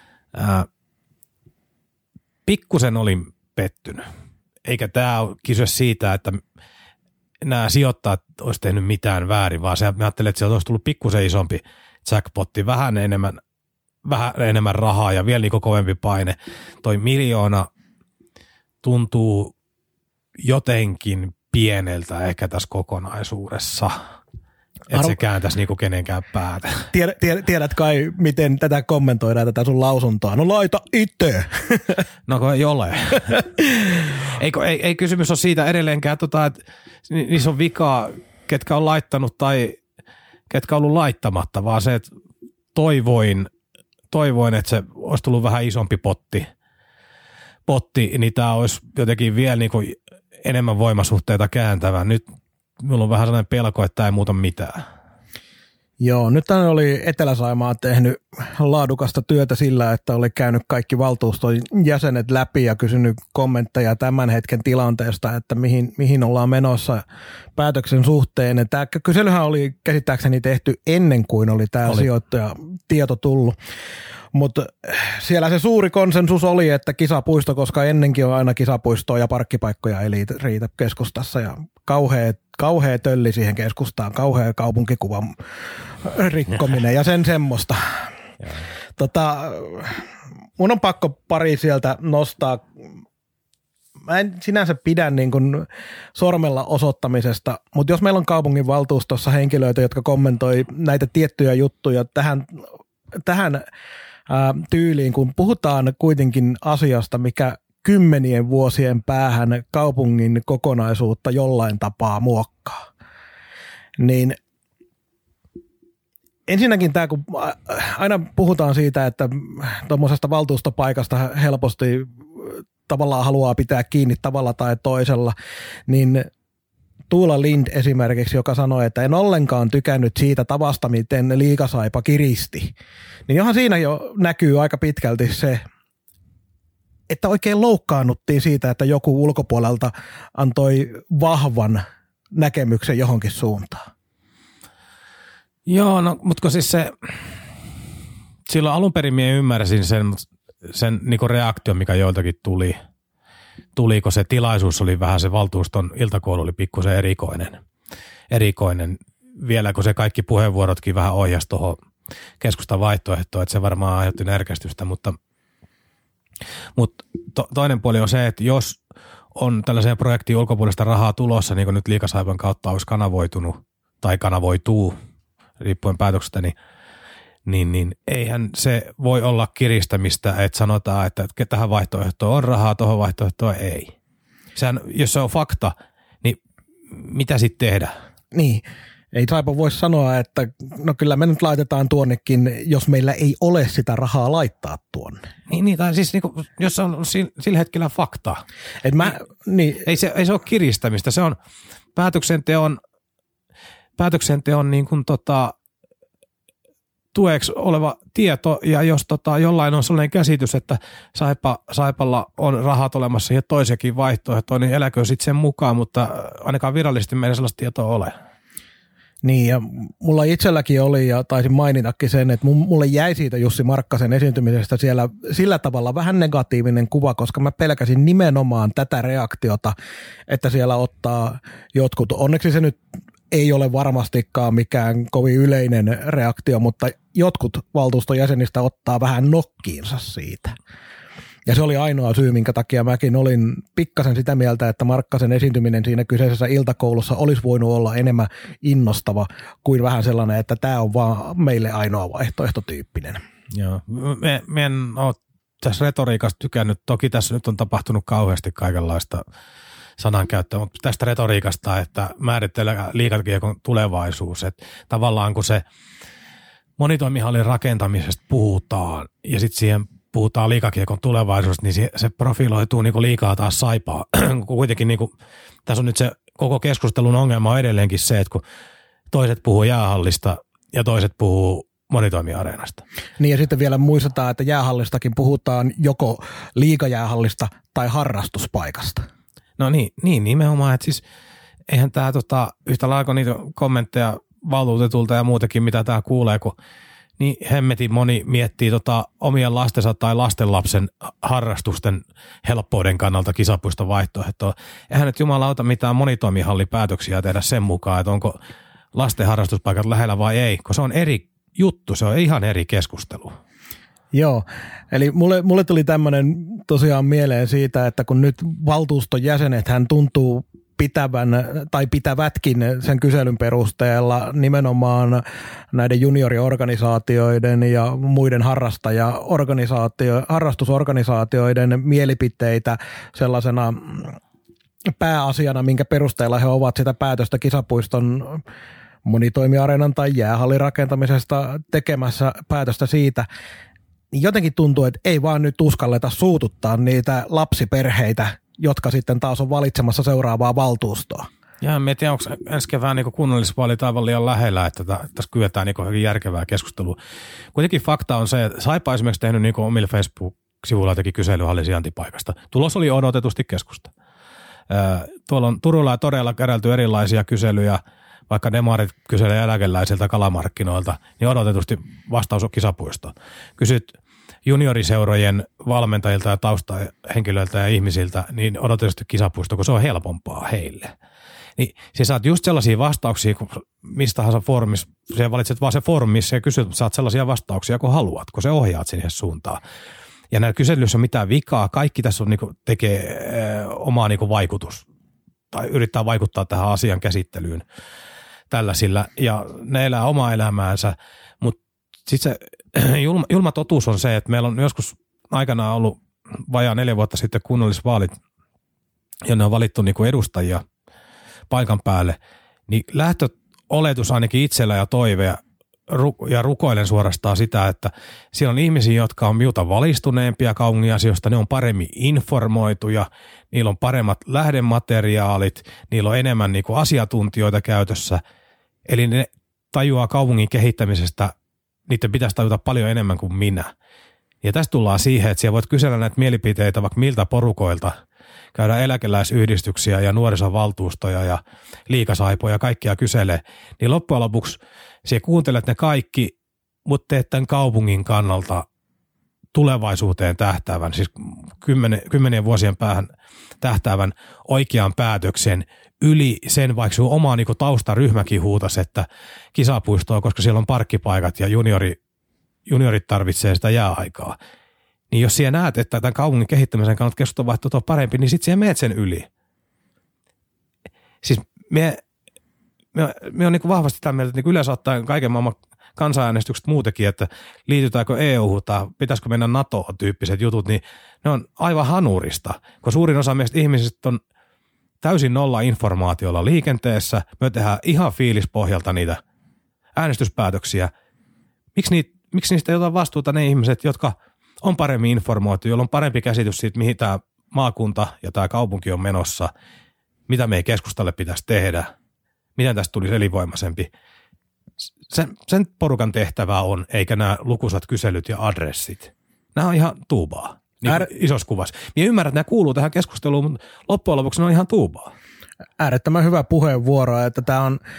pikkusen olin pettynyt. Eikä tämä ole kyse siitä, että nämä sijoittajat olisi tehnyt mitään väärin, vaan mä ajattelin, että sieltä olisi tullut pikkusen isompi jackpotti, vähän enemmän rahaa ja vielä niin kovempi paine. Toi 1 miljoona tuntuu jotenkin pieneltä ehkä tässä kokonaisuudessa, että se kääntäisi niinku kenenkään päätä. Tiedät kai, miten tätä kommentoidaan, tätä sun lausuntoa. No laita itse. No kun ei ole. ei kysymys ole siitä edelleenkään, että niissä on vikaa, ketkä on laittanut tai ketkä on ollut laittamatta, vaan se, että toivoin, että se olisi tullut vähän isompi potti, niin tämä olisi jotenkin vielä niinku enemmän voimasuhteita kääntävä. Nyt minulla on vähän sellainen pelko, että tämä ei muuta mitään. Joo, nyt tänne oli Etelä-Saimaa tehnyt laadukasta työtä sillä, että oli käynyt kaikki valtuuston jäsenet läpi ja kysynyt kommentteja tämän hetken tilanteesta, että mihin ollaan menossa päätöksen suhteen. Tämä kyselyhän oli käsittääkseni tehty ennen kuin oli tämä sijoittajatieto tullut. Mutta siellä se suuri konsensus oli, että kisapuisto, koska ennenkin on aina kisapuistoa ja parkkipaikkoja ei riitä keskustassa ja kauhea tölli siihen keskustaan, kauhea kaupunkikuvan rikkominen ja sen semmoista. Mun on pakko pari sieltä nostaa. Mä en sinänsä pidä niin kuin sormella osoittamisesta, mutta jos meillä on kaupunginvaltuustossa henkilöitä, jotka kommentoi näitä tiettyjä juttuja tähän tyyliin, kun puhutaan kuitenkin asiasta, mikä 10 vuosien päähän kaupungin kokonaisuutta jollain tapaa muokkaa. Niin ensinnäkin tämä, kun aina puhutaan siitä, että tuommoisesta valtuustopaikasta helposti tavallaan haluaa pitää kiinni tavalla tai toisella, niin Tuula Lind esimerkiksi, joka sanoi, että en ollenkaan tykännyt siitä tavasta, miten Liigasaipa kiristi, niin johan siinä jo näkyy aika pitkälti se, että oikein loukkaannuttiin siitä, että joku ulkopuolelta antoi vahvan näkemyksen johonkin suuntaan. Joo, no, mutta siis se, silloin alun perin minä ymmärsin sen niinku reaktion, mikä joiltakin tuli, kun se tilaisuus oli vähän, se valtuuston iltakoulu oli pikkusen erikoinen. Vielä kun se kaikki puheenvuorotkin vähän ohjasi tuohon keskustan vaihtoehtoon, että se varmaan aiheutti närkästystä, mutta toinen puoli on se, että jos on tällaiseen projektiin ulkopuolista rahaa tulossa, niin kuin nyt Liigasaipan kautta olisi kanavoitunut tai kanavoituu, riippuen päätöksestä, niin eihän se voi olla kiristämistä, että sanotaan, että tähän vaihtoehtoon on rahaa, tuohon vaihtoehtoon ei. Sehän, jos se on fakta, niin mitä sitten tehdä? Niin, ei Saipa voi sanoa, että no kyllä me nyt laitetaan tuonnekin, jos meillä ei ole sitä rahaa laittaa tuonne. Niin tai siis niin kuin, jos se on sillä hetkellä fakta. Ei se ole kiristämistä, se on päätöksenteon niin kuin tueksi oleva tieto, ja jos jollain on sellainen käsitys, että Saipalla on rahat olemassa ja toisiakin vaihtoehtoja, niin eläköön sitten sen mukaan, mutta ainakaan virallisesti meidän sellaista tietoa ole. Niin, ja mulla itselläkin oli, ja taisin mainitakin sen, että mulle jäi siitä Jussi Markkasen esiintymisestä siellä sillä tavalla vähän negatiivinen kuva, koska mä pelkäsin nimenomaan tätä reaktiota, että siellä ottaa jotkut, onneksi se nyt ei ole varmastikaan mikään kovin yleinen reaktio, mutta jotkut valtuuston jäsenistä ottaa vähän nokkiinsa siitä. Ja se oli ainoa syy, minkä takia mäkin olin pikkasen sitä mieltä, että Markkasen esiintyminen siinä kyseisessä iltakoulussa olisi voinut olla enemmän innostava kuin vähän sellainen, että tämä on vaan meille ainoa vaihtoehtotyyppinen. Joo, me en ole tässä retoriikasta tykännyt. Toki tässä nyt on tapahtunut kauheasti kaikenlaista sanankäyttöä, mutta tästä retoriikasta, että määrittelee liigakiekon tulevaisuus. Että tavallaan kun se monitoimihallin rakentamisesta puhutaan ja sitten siihen puhutaan liigakiekon tulevaisuudesta, niin se profiloituu niin kuin liikaa taas Saipaa. Kuitenkin niin kuin, tässä on nyt se koko keskustelun ongelma on edelleenkin se, että kun toiset puhuu jäähallista ja toiset puhuu monitoimiareenasta. Niin ja sitten vielä muistetaan, että jäähallistakin puhutaan joko liigajäähallista tai harrastuspaikasta. No niin nimenomaan, että siis eihän tämä yhtä lailla niitä kommentteja valtuutetulta ja muutenkin, mitä tämä kuulee, kun niin hemmetin moni miettii omien lastensa tai lastenlapsen harrastusten helppouden kannalta kisapuiston vaihtoehtoa. Eihän nyt jumalauta mitään monitoimihallipäätöksiä tehdä sen mukaan, että onko lasten harrastuspaikat lähellä vai ei, kun se on eri juttu, se on ihan eri keskustelu. Joo, eli mulle tuli tämmöinen tosiaan mieleen siitä, että kun nyt valtuuston jäsenet hän tuntuu pitävätkin sen kyselyn perusteella nimenomaan näiden junioriorganisaatioiden ja muiden harrastusorganisaatioiden mielipiteitä sellaisena pääasiana, minkä perusteella he ovat sitä päätöstä kisapuiston monitoimiareenan tai jäähallin rakentamisesta tekemässä päätöstä siitä, niin jotenkin tuntuu, että ei vaan nyt uskalleta suututtaa niitä lapsiperheitä, jotka sitten taas on valitsemassa seuraavaa valtuustoa. Ja en tiedä, onko ensi kevään niin kunnallisvaalit aivan liian lähellä, että tässä kyetään niin hyvin järkevää keskustelua. Kuitenkin fakta on se, että Saipa esimerkiksi tehnyt niin omilla Facebook-sivuilla teki kyselyhallin sijaintipaikasta. Tulos oli odotetusti keskusta. Tuolla on Turulla ja Toreilla keräilty erilaisia kyselyjä, vaikka demarit kyselee eläkeläisiltä kalamarkkinoilta, niin odotetusti vastaus on kisapuisto. Kysyt junioriseurojen valmentajilta ja taustahenkilöiltä ja ihmisiltä, niin odotetusti kisapuisto, kun se on helpompaa heille. Niin siis saat just sellaisia vastauksia, kun mistä tahansa foorumissa, sä valitset vaan se foorumissa ja kysyt, saat sellaisia vastauksia, kun haluat, kun se ohjaat sinne suuntaan. Ja näillä kyselyissä on mitään vikaa, kaikki tässä on, tekee omaa vaikutus tai yrittää vaikuttaa tähän asian käsittelyyn tällaisilla ja ne elää omaa elämäänsä, mutta sitten se julma totuus on se, että meillä on joskus aikanaan ollut vajaa 4 vuotta sitten kunnallisvaalit, ja ne on valittu edustajia paikan päälle, niin lähtöoletus ainakin itsellä ja toive ja rukoilen suorastaan sitä, että siellä on ihmisiä, jotka on minulta valistuneempia kaupungin asioista, ne on paremmin informoituja, niillä on paremmat lähdemateriaalit, niillä on enemmän asiantuntijoita käytössä, eli ne tajuaa kaupungin kehittämisestä, niiden pitäisi tajuta paljon enemmän kuin minä. Ja tästä tullaan siihen, että siellä voit kysellä näitä mielipiteitä vaikka miltä porukoilta, käydä eläkeläisyhdistyksiä ja nuorisovaltuustoja ja liigasaipoja ja kaikkia kyselee, niin loppujen lopuksi siellä kuuntelet ne kaikki, mutta teet tämän kaupungin kannalta tulevaisuuteen tähtäävän, siis 10 vuosien päähän tähtäävän oikean päätöksen yli sen, vaikka sun oma taustaryhmäkin huutasi, että kisapuistoa, koska siellä on parkkipaikat ja juniorit tarvitsee sitä jääaikaa. Niin jos siellä näet, että tämän kaupungin kehittämisen kannalta keskustelunvaihtoehto on parempi, niin sitten siellä meet sen yli. Siis me on vahvasti sitä mieltä, että yleensä ottaen kaiken maailman kansanäänestykset muutenkin, että liitytäänkö EU-hun tai pitäisikö mennä NATO-tyyppiset jutut, niin ne on aivan hanurista, kun suurin osa meistä ihmisistä on täysin nolla informaatiolla liikenteessä. Me tehdään ihan fiilispohjalta niitä äänestyspäätöksiä. Miksi niistä ei ota vastuuta ne ihmiset, jotka on paremmin informoitu, joilla on parempi käsitys siitä, mihin tämä maakunta ja tämä kaupunki on menossa, mitä meidän keskustalle pitäisi tehdä, miten tästä tulisi elinvoimaisempi. Sen porukan tehtävä on, eikä nämä lukuisat kyselyt ja adressit. Nämä on ihan tuubaa, isossa kuvassa. Minä ymmärrän, että nämä kuuluu tähän keskusteluun, mutta loppujen lopuksi ne on ihan tuubaa. Äärettömän hyvä puheenvuoro, että tämä on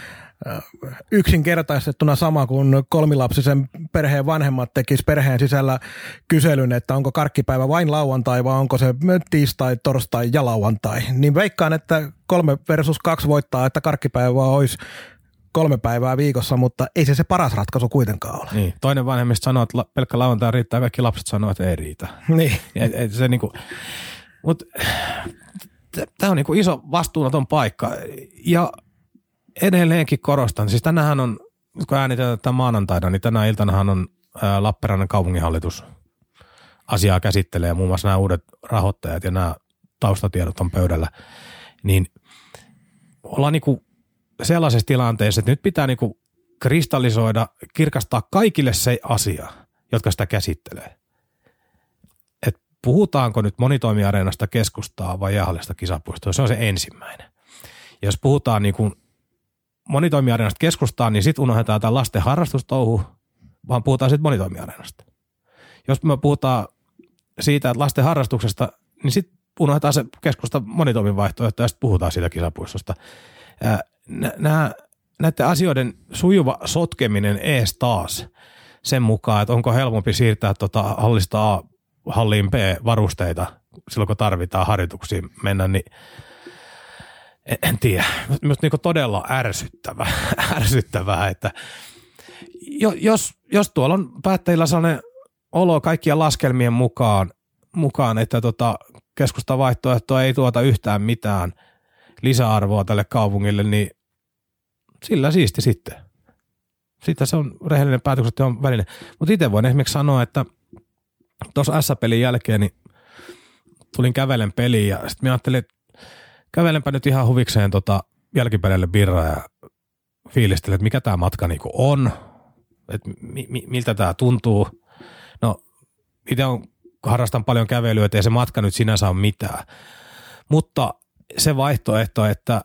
yksinkertaistettuna sama kuin kolmilapsisen perheen vanhemmat tekis perheen sisällä kyselyn, että onko karkkipäivä vain lauantai vai onko se tiistai, torstai ja lauantai. Niin veikkaan, että 3 versus 2 voittaa, että karkkipäivä olisi 3 päivää viikossa, mutta ei se paras ratkaisu kuitenkaan ole. Niin. Toinen vanhemmista sanoo, että pelkkä lauantai riittää, kaikki lapset sanoo, että ei riitä. Niin. Se niinku, mutta tämä on niinku iso vastuunoton paikka ja edelleenkin korostan, siis tänähän on, kun äänitetään tämän maanantaina, niin tänä iltanahan on Lappeenrannan kaupunginhallitus asiaa käsittelee ja muun muassa nämä uudet rahoittajat ja nämä taustatiedot on pöydällä, niin ollaan niinku sellaisessa tilanteessa, että nyt pitää niinku kristallisoida, kirkastaa kaikille se asia, jotka sitä käsittelee. Et puhutaanko nyt monitoimiareenasta, keskustaa vai jäähallista kisapuistoa, se on se ensimmäinen. Ja jos puhutaan niinku monitoimiareenasta keskustaan, niin sitten unohdetaan tämä lasten harrastustouhu, vaan puhutaan sitten monitoimiareenasta. Jos me puhutaan siitä, että lasten harrastuksesta, niin sitten unohdetaan se keskusta monitoimin vaihtoehto ja sitten puhutaan siitä kisapuistosta. Näiden asioiden sujuva sotkeminen ees taas sen mukaan, että onko helpompi siirtää hallista A halliin B varusteita silloin, kun tarvitaan harjoituksiin mennä, niin en tiedä. Myös niin todella ärsyttävää, että jos tuolla on päättäjillä sellainen olo kaikkien laskelmien mukaan että keskustan vaihtoehto ei tuota yhtään mitään lisäarvoa tälle kaupungille, niin sillä siisti sitten. Sitten se on rehellinen päätöksenteon väline. Mutta itse voin esimerkiksi sanoa, että tuossa S-pelin jälkeen niin tulin kävelen peliin ja sitten ajattelin, että kävelenpä nyt ihan huvikseen jälkipeleille birraa ja fiilistelen, että mikä tämä matka niinku on, että miltä tämä tuntuu. No itse harrastan paljon kävelyä, että ei se matka nyt sinänsä ole mitään. Mutta se vaihtoehto, että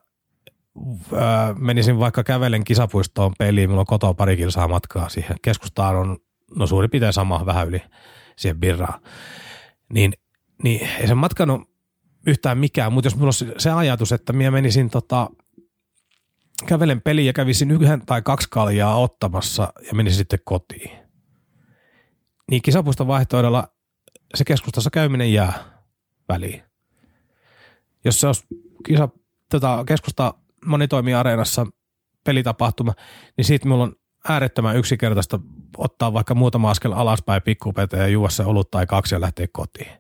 menisin vaikka kävelen kisapuistoon peliin, minulla on kotoa 2 kilsaa matkaa siihen. Keskustaan on suurin piirtein sama, vähän yli siihen birraan. Niin ei se matkan ole yhtään mikään, mutta jos minulla olisi se ajatus, että minä menisin kävelen peliin ja kävisin 1 tai 2 kaljaa ottamassa ja menisin sitten kotiin. Niin kisapuiston vaihtoehdolla se keskustassa käyminen jää väliin. Jos se olisi keskusta monitoimiareenassa pelitapahtuma, niin siitä minulla on äärettömän yksinkertaista ottaa vaikka muutama askel alaspäin pikkupetä ja juoda se olut tai 2 ja lähteä kotiin.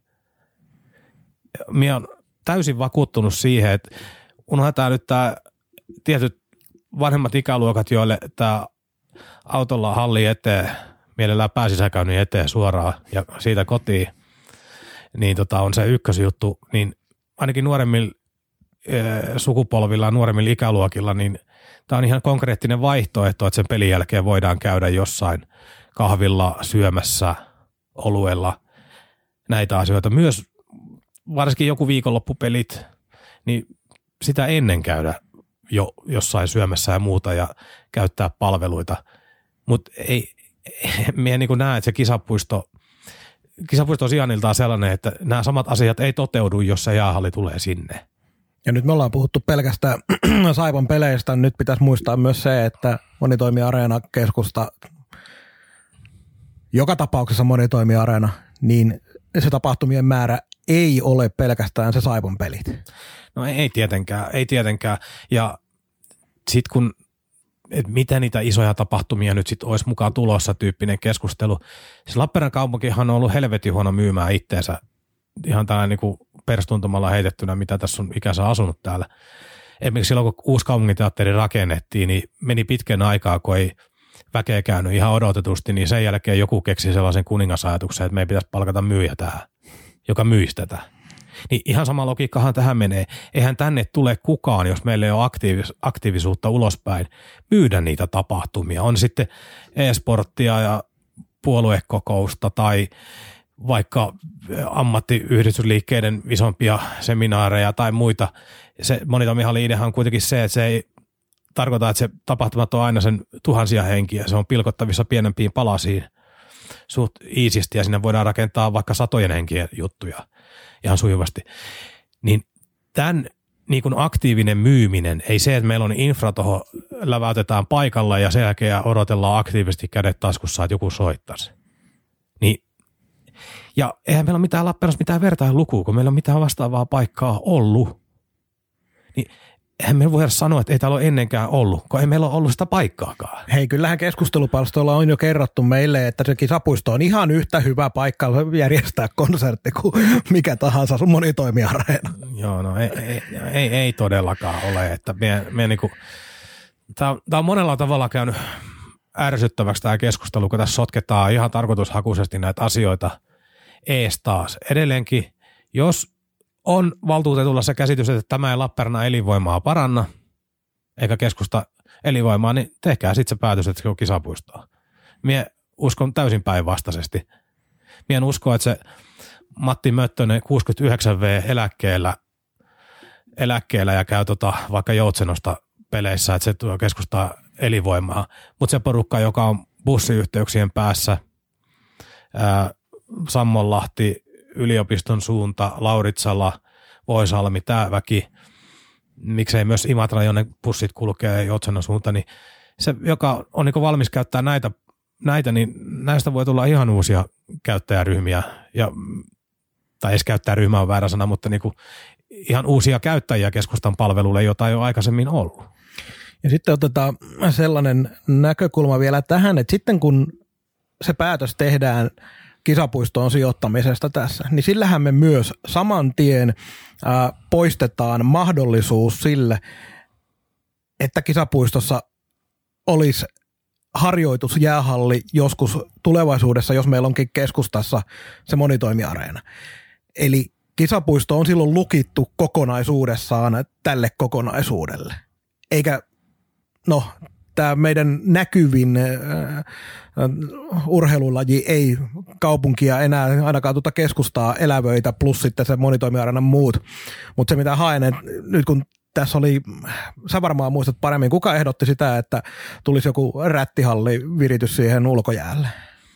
Minä olen täysin vakuuttunut siihen, että unohdetaan nyt tämä tietyt vanhemmat ikäluokat, joille tämä autolla halli eteen, mielellään pääsisäkäynnin eteen suoraan ja siitä kotiin, niin on se ykkösjuttu, niin ainakin nuoremmilla sukupolvilla, nuoremmilla ikäluokilla, niin tämä on ihan konkreettinen vaihtoehto, että sen pelin jälkeen voidaan käydä jossain kahvilla, syömässä, oluella, näitä asioita. Myös varsinkin joku viikonloppupelit, niin sitä ennen käydä jo jossain syömässä ja muuta ja käyttää palveluita. Mutta minä niin näen, että se kisapuisto on sijainniltaan sellainen, että nämä samat asiat ei toteudu, jos se jäähalli tulee sinne. Ja nyt me ollaan puhuttu pelkästään Saipan peleistä. Nyt pitäisi muistaa myös se, että monitoimiareena keskusta, joka tapauksessa monitoimiareena, niin se tapahtumien määrä ei ole pelkästään se Saipan pelit. No ei tietenkään. Ja sitten kun, että mitä niitä isoja tapahtumia nyt sitten olisi mukaan tulossa tyyppinen keskustelu. Siis Lappeenrannan kaupunkihan on ollut helvetin huono myymään itteensä ihan tällainen niin kuin perstuntumalla heitettynä, mitä tässä on ikänsä asunut täällä. Esimerkiksi silloin, kun uusi kaupunginteatteri rakennettiin, niin meni pitkän aikaa, kun ei väkeä käynyt ihan odotetusti, niin sen jälkeen joku keksi sellaisen kuningasajatuksen, että me ei pitäisi palkata myyjä tähän, joka myisi tätä. Niin ihan sama logiikkahan tähän menee. Eihän tänne tule kukaan, jos meillä ei ole aktiivisuutta ulospäin, myydä niitä tapahtumia. On sitten e-sporttia ja puoluekokousta tai vaikka ammattiyhdistysliikkeiden isompia seminaareja tai muita. Se monitoimihalli ideahan on kuitenkin se, että se ei tarkoita, että se tapahtumat on aina sen tuhansia henkiä. Se on pilkottavissa pienempiin palasiin suht iisisti ja sinne voidaan rakentaa vaikka 100 henkien juttuja ihan sujuvasti. Niin tämän niin kuin aktiivinen myyminen, ei se, että meillä on infra tuohon läväytetään paikalla ja sen jälkeen odotellaan aktiivisesti kädet taskussa, että joku soittaisi. Niin, ja eihän meillä ole mitään Lappeenrannassa mitään vertailulukua, kun meillä on mitään vastaavaa paikkaa ollut. Niin eihän me voida sanoa, että ei täällä ole ennenkään ollut, kun ei meillä ole ollut sitä paikkaakaan. Hei, kyllähän keskustelupalstoilla on jo kerrottu meille, että se Kisapuisto on ihan yhtä hyvä paikka järjestää konsertti kuin mikä tahansa monitoimiareena. Joo, no ei todellakaan ole. Että tämä on monella tavalla käynyt ärsyttäväksi tämä keskustelu, kun tässä sotketaan ihan tarkoitushakuisesti näitä asioita ees taas. Edelleenkin, jos on valtuutetulla se käsitys, että tämä ei Lappeenrannan elinvoimaa paranna, eikä keskusta elinvoimaa, niin tehkää sitten se päätös, että se on Kisapuistoa. Mie uskon täysin päinvastaisesti. Mie en usko, että se Matti Möttönen 69V eläkkeellä ja käy vaikka Joutsenosta peleissä, että se tuo keskustaa elinvoimaa. Mutta se porukka, joka on bussiyhteyksien päässä, Sammonlahti, yliopiston suunta, Lauritsala, Voisalmi, tämä väki, miksei myös Imatra, jonne bussit kulkee Joutsenon suunta, niin se, joka on niin valmis käyttää näitä, niin näistä voi tulla ihan uusia käyttäjäryhmiä, tai edes käyttäjäryhmä on väärä sana, mutta niin ihan uusia käyttäjiä keskustan palveluille, jota ei ole aikaisemmin ollut. Ja sitten otetaan sellainen näkökulma vielä tähän, että sitten kun se päätös tehdään Kisapuistoon sijoittamisesta tässä, niin sillähän me myös saman tien poistetaan mahdollisuus sille, että Kisapuistossa olisi harjoitusjäähalli joskus tulevaisuudessa, jos meillä onkin keskustassa se monitoimiareena. Eli Kisapuisto on silloin lukittu kokonaisuudessaan tälle kokonaisuudelle. Eikä, tämä meidän näkyvin urheilulaji ei kaupunkia enää ainakaan keskustaa elävöitä, plus sitten se monitoimiareenan muut. Mutta se mitä haen, että nyt kun tässä oli, sä varmaan muistat paremmin, kuka ehdotti sitä, että tulisi joku rättihalli viritys siihen ulkojäälle?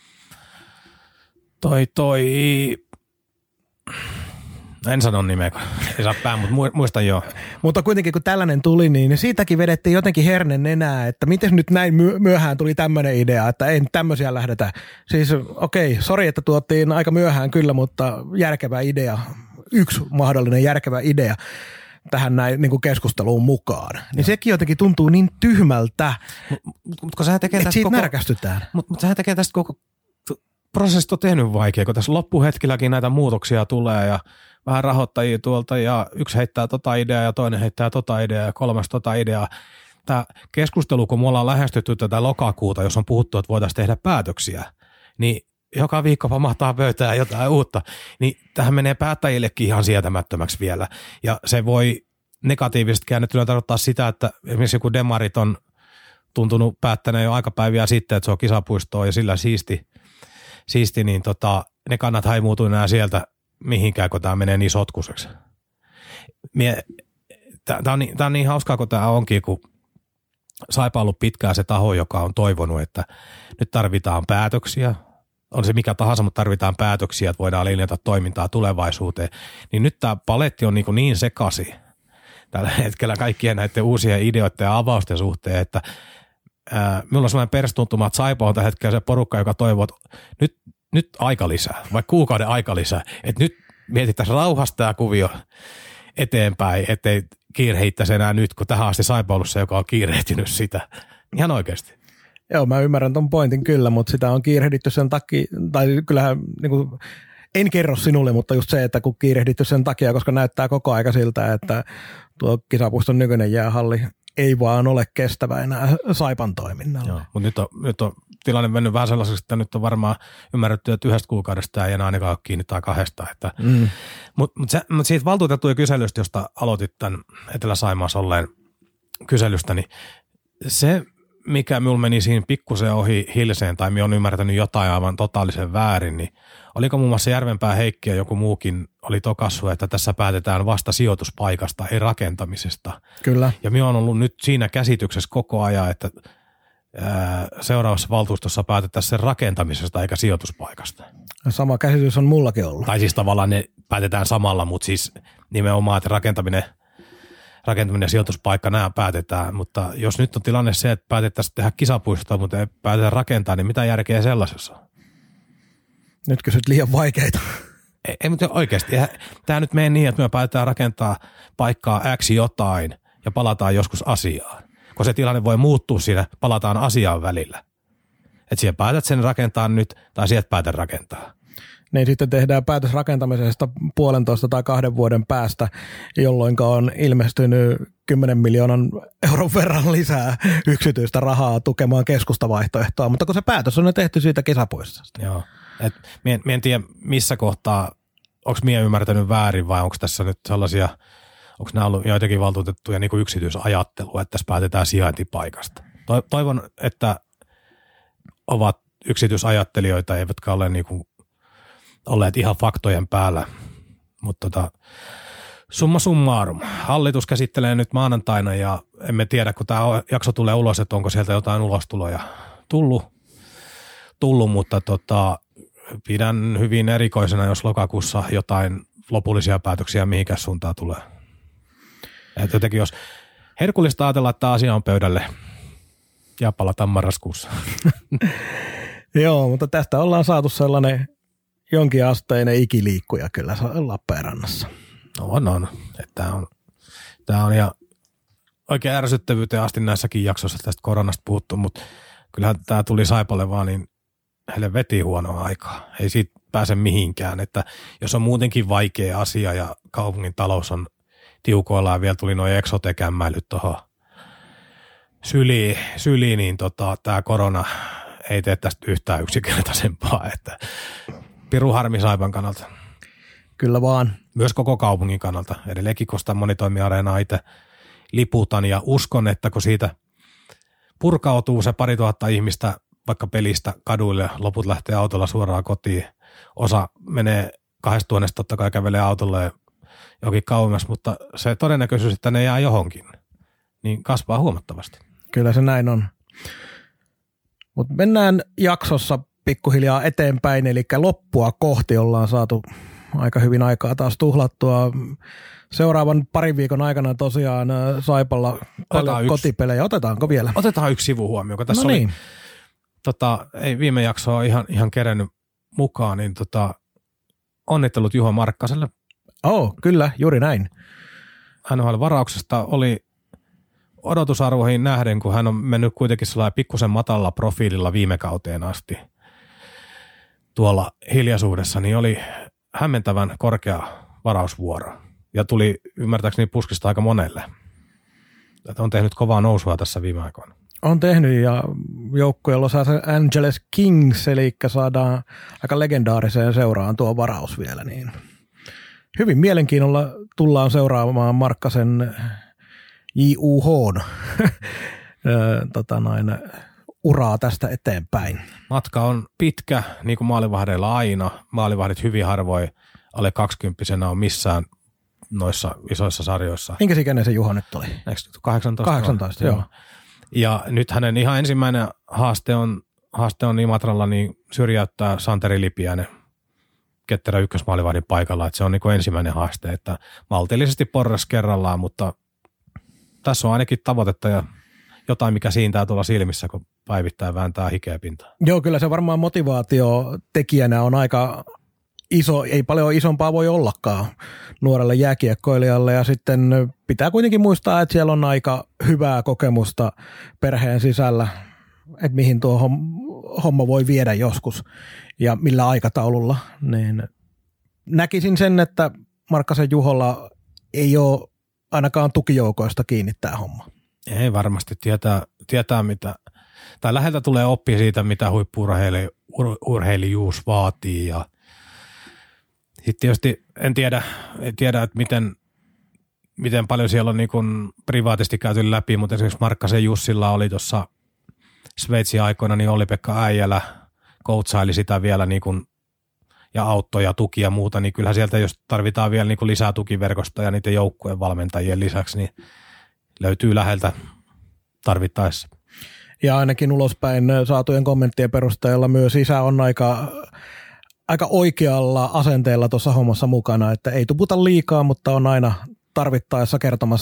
En sano nimeä, ei saa pään, mutta muistan joo. Mutta kuitenkin kun tällainen tuli, niin siitäkin vedettiin jotenkin hernen nenää, että miten nyt näin myöhään tuli tämmöinen idea, että ei tämmöisiä lähdetä. Siis sori, että tuottiin aika myöhään kyllä, mutta järkevä idea, yksi mahdollinen järkevä idea tähän näin niin kuin keskusteluun mukaan. Niin sekin jotenkin tuntuu niin tyhmältä, mutta sehän tekee että siitä närkästytään. Mutta sehän tekee tästä koko prosessista on tehnyt vaikea, kun tässä loppuhetkelläkin näitä muutoksia tulee ja vähän rahoittajia tuolta ja yksi heittää ideaa ja toinen heittää ideaa ja kolmas ideaa. Tämä keskustelu, kun me ollaan lähestytty tätä lokakuuta, jos on puhuttu, että voitaisiin tehdä päätöksiä, niin joka viikko pamahtaa pöytään jotain uutta, niin tähän menee päättäjillekin ihan sietämättömäksi vielä. Ja se voi negatiivisesti käännettynä tarkoittaa sitä, että esimerkiksi joku demarit on tuntunut päättäneen jo aikapäiviä sitten, että se on Kisapuistoa ja sillä siisti niin ne kannat ei muutu enää sieltä mihinkään, kun tämä menee niin sotkuiseksi. Tämä on niin hauskaa, kun tämä onkin, kun Saipa ollut pitkään se taho, joka on toivonut, että nyt tarvitaan päätöksiä. On se mikä tahansa, mutta tarvitaan päätöksiä, että voidaan linjata toimintaa tulevaisuuteen. Niin nyt tämä paletti on niin sekaisin tällä hetkellä kaikkien näiden uusien ideoiden ja avausten suhteen, että minulla on sellainen perstuntuma, että Saipa on tällä hetkellä se porukka, joka toivoo, että nyt aika lisää, vaikka kuukauden aika lisää. Että nyt mietittäisiin rauhasta tämä kuvio eteenpäin, ettei kiirehdittäisi enää nyt, kun tähän asti Saipa ollut se, joka on kiirehtinyt sitä. Ihan oikeasti. Joo, mä ymmärrän ton pointin kyllä, mutta sitä on kiirehditty sen takia, tai kyllähän niin kuin, en kerro sinulle, mutta just se, että kun kiirehditty sen takia, koska näyttää koko aika siltä, että tuo Kisapuiston nykyinen jäähalli ei vaan ole kestävä enää Saipan toiminnalla. Joo, mutta nyt on tilanne mennyt vähän sellaiseksi, että nyt on varmaan ymmärretty, että 1 kuukaudesta ei enää ainakaan ole kiinni tai 2. Mutta siitä valtuutettujen kyselystä, josta aloitit tämän Etelä-Saimaassa olleen kyselystä, niin se, mikä minulla meni siinä pikkusen ohi hilseen tai minä olen ymmärtänyt jotain aivan totaalisen väärin, niin oliko muun muassa Järvenpää Heikki ja joku muukin oli tokassu, että tässä päätetään vasta sijoituspaikasta, ei rakentamisesta. Kyllä. Ja minä olen ollut nyt siinä käsityksessä koko ajan, että seuraavassa valtuustossa päätetään sen rakentamisesta eikä sijoituspaikasta. Sama käsitys on mullakin ollut. Tai siis tavallaan ne päätetään samalla, mutta siis nimenomaan, että rakentaminen rakentaminen ja sijoituspaikka, nämä päätetään, mutta jos nyt on tilanne se, että päätettäisiin tehdä kisapuistoa, mutta ei päätetä rakentaa, niin mitä järkeä sellaisessa? Nyt kysyt liian vaikeita. Ei mutta oikeasti, tämä nyt mene niin, että me päätetään rakentaa paikkaa X jotain ja palataan joskus asiaan, kun se tilanne voi muuttua siinä, palataan asiaan välillä. Että siellä päätät sen rakentaa nyt tai sieltä päätät rakentaa. Niin sitten tehdään päätös rakentamisesta 1,5 tai 2 vuoden päästä, jolloin on ilmestynyt 10 miljoonan euron verran lisää yksityistä rahaa tukemaan keskustavaihtoehtoa, mutta kun se päätös on tehty siitä kesäpuistosta. Joo, mie en tiedä missä kohtaa, onko mie ymmärtänyt väärin vai onko tässä nyt sellaisia, onko nämä ollut joitakin valtuutettuja niin kuin yksityisajattelua, että tässä päätetään sijaintipaikasta. Toivon, että ovat yksityisajattelijoita, eivätkä ole niin kuin olleet ihan faktojen päällä, mutta summa summarum. Hallitus käsittelee nyt maanantaina ja emme tiedä, kun tämä jakso tulee ulos, että onko sieltä jotain ulostuloja tullut, mutta pidän hyvin erikoisena, jos lokakuussa jotain lopullisia päätöksiä mihinkään suuntaan tulee. Et jotenkin jos herkullista ajatella, että tämä asia on pöydälle ja palataan marraskuussa. Joo, mutta tästä ollaan saatu sellainen jonkinasteinen ikiliikkuja kyllä Lappeenrannassa. On. Tämä on ja oikein ärsyttävyyteen asti näissäkin jaksoissa tästä koronasta puhuttu, mutta kyllähän tämä tuli Saipalle vaan niin heille veti huonoa aikaa. Ei siitä pääse mihinkään, että jos on muutenkin vaikea asia ja kaupungin talous on tiukoilla ja vielä tuli nuo eksotekämmäilyt tuohon syliin, niin tämä korona ei tee tästä yhtään yksinkertaisempaa, että piru harmi Saipan kannalta. Kyllä vaan. Myös koko kaupungin kannalta. Edelleenkin, kun sitä monitoimiareenaa itse liputan ja uskon, että kun siitä purkautuu se 2000 ihmistä vaikka pelistä kaduille, loput lähtee autolla suoraan kotiin. Osa menee 2000 totta kai kävelee autolle johonkin kauemmas, mutta se todennäköisyys, että ne jää johonkin, niin kasvaa huomattavasti. Kyllä se näin on. Mutta mennään jaksossa pikkuhiljaa eteenpäin, eli loppua kohti ollaan saatu aika hyvin aikaa taas tuhlattua. Seuraavan parin viikon aikana tosiaan Saipalla paljon kotipelejä. Otetaanko vielä? Otetaan yksi sivuhuomio, kun tässä oli, ei viime jaksoa ihan kerennyt mukaan, niin onnittelut Juho Markkaselle. Kyllä, juuri näin. NHL-varauksesta oli odotusarvoihin nähden, kun hän on mennyt kuitenkin sellainen pikkusen matalalla profiililla viime kauteen asti tuolla hiljaisuudessa, niin oli hämmentävän korkea varausvuoro. Ja tuli ymmärtääkseni puskista aika monelle. Että on tehnyt kovaa nousua tässä viime aikoina. On tehnyt ja joukkue Los Angeles Kings, eli saadaan aika legendaariseen seuraan tuo varaus vielä. Niin hyvin mielenkiinnolla tullaan seuraamaan Markkasen JUH:n uraa tästä eteenpäin. Matka on pitkä, niin kuin maalivahdeilla aina. Maalivahdit hyvin harvoin alle 20-vuotiaana on missään noissa isoissa sarjoissa. Minkä ikäinen se Juho nyt oli? 18, joo. Ja nyt hänen ihan ensimmäinen haaste on Imatralla niin syrjäyttää Santeri Lipiäinen ketterä ykkösmaalivahdin paikalla. Että se on niin kuin ensimmäinen haaste, että maltillisesti porras kerrallaan, mutta tässä on ainakin tavoitetta ja jotain, mikä siintää tuolla silmissä, kun päivittäin vääntää hikeä pintaan. Joo, kyllä se varmaan motivaatiotekijänä on aika iso, ei paljon isompaa voi ollakaan nuorelle jääkiekkoilijalle ja sitten pitää kuitenkin muistaa, että siellä on aika hyvää kokemusta perheen sisällä, että mihin tuo homma voi viedä joskus ja millä aikataululla, niin näkisin sen, että Markkasen Juholla ei ole ainakaan tukijoukoista kiinni tämä homma. Ei varmasti tietää mitä, tai läheltä tulee oppia siitä, mitä huippu-urheilijuus vaatii ja sitten tietysti en tiedä että miten paljon siellä on niin kuin privaatisti käyty läpi, mutta esimerkiksi Markkasen Jussilla oli tuossa Sveitsin aikoina, niin Olli-Pekka Äijälä coachaili sitä vielä niin kuin, ja auttoi ja tuki ja muuta, niin kyllähän sieltä, jos tarvitaan vielä niin kuin lisää tukiverkostoja niiden joukkueen valmentajien lisäksi, niin löytyy läheltä tarvittaessa. Ja ainakin ulospäin saatujen kommenttien perusteella myös isä on aika oikealla asenteella tuossa hommassa mukana, että ei tuputa liikaa, mutta on aina tarvittaessa kertomassa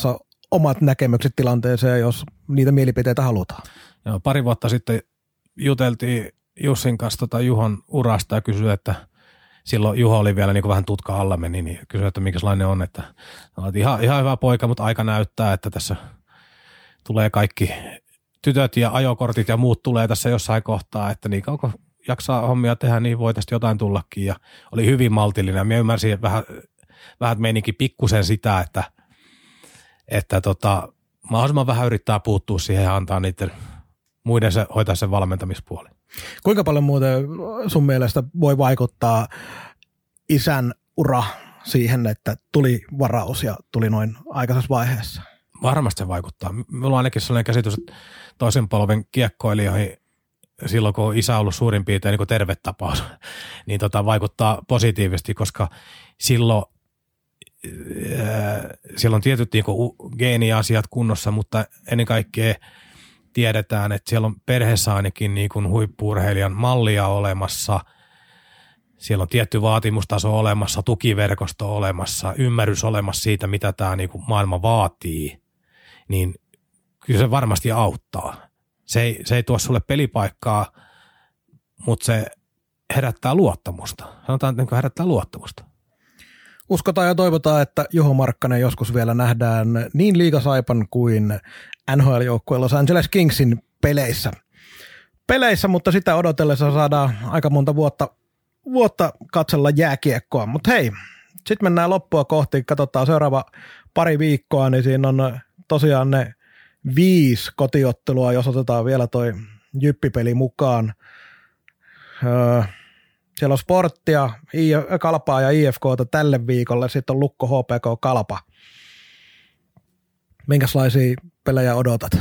omat näkemykset tilanteeseen, jos niitä mielipiteitä halutaan. Joo, pari vuotta sitten juteltiin Jussin kanssa Juhon urasta ja kysyi, että silloin Juho oli vielä niin kuin vähän tutka alla meni, niin kysyi, että minkälainen on, että ihan hyvä poika, mutta aika näyttää, että tässä tulee kaikki tytöt ja ajokortit ja muut tulee tässä jossain kohtaa, että niin kauan jaksaa hommia tehdä, niin voi tästä jotain tullakin ja oli hyvin maltillinen. Minä ymmärsin, että vähän meininkin pikkusen sitä, että mahdollisimman vähän yrittää puuttua siihen ja antaa niiden muiden hoitaa sen valmentamispuoli. Kuinka paljon muuten sun mielestä voi vaikuttaa isän ura siihen, että tuli varaus ja tuli noin aikaisessa vaiheessa? Varmasti se vaikuttaa. Minulla on ainakin sellainen käsitys, että toisen polven kiekkoilijoihin silloin, kun isä on ollut suurin piirtein niin terve tapaus, niin vaikuttaa positiivisesti, koska silloin on tietyt niin geeniasiat kunnossa, mutta ennen kaikkea tiedetään, että siellä on perheessä ainakin niin kuin huippu-urheilijan mallia olemassa, siellä on tietty vaatimustaso olemassa, tukiverkosto olemassa, ymmärrys olemassa siitä, mitä tämä niin kuin maailma vaatii, niin kyllä se varmasti auttaa. Se ei tuo sulle pelipaikkaa, mutta se herättää luottamusta. Sanotaan, että herättää luottamusta. Uskotaan ja toivotaan, että Juho Markkanen joskus vielä nähdään niin Liiga-Saipan kuin NHL-joukkueen Los Angeles Kingsin peleissä, mutta sitä odotellessa saadaan aika monta vuotta katsella jääkiekkoa. Mutta hei, sitten mennään loppua kohti, katsotaan seuraava pari viikkoa, niin siinä on tosiaan ne 5 kotiottelua, jos otetaan vielä toi Jyppipeli mukaan. Siellä on Sporttia, Kalpaa ja IFK:ta tälle viikolle, sitten on Lukko, HPK, Kalpa. Minkälaisia pelejä odotat?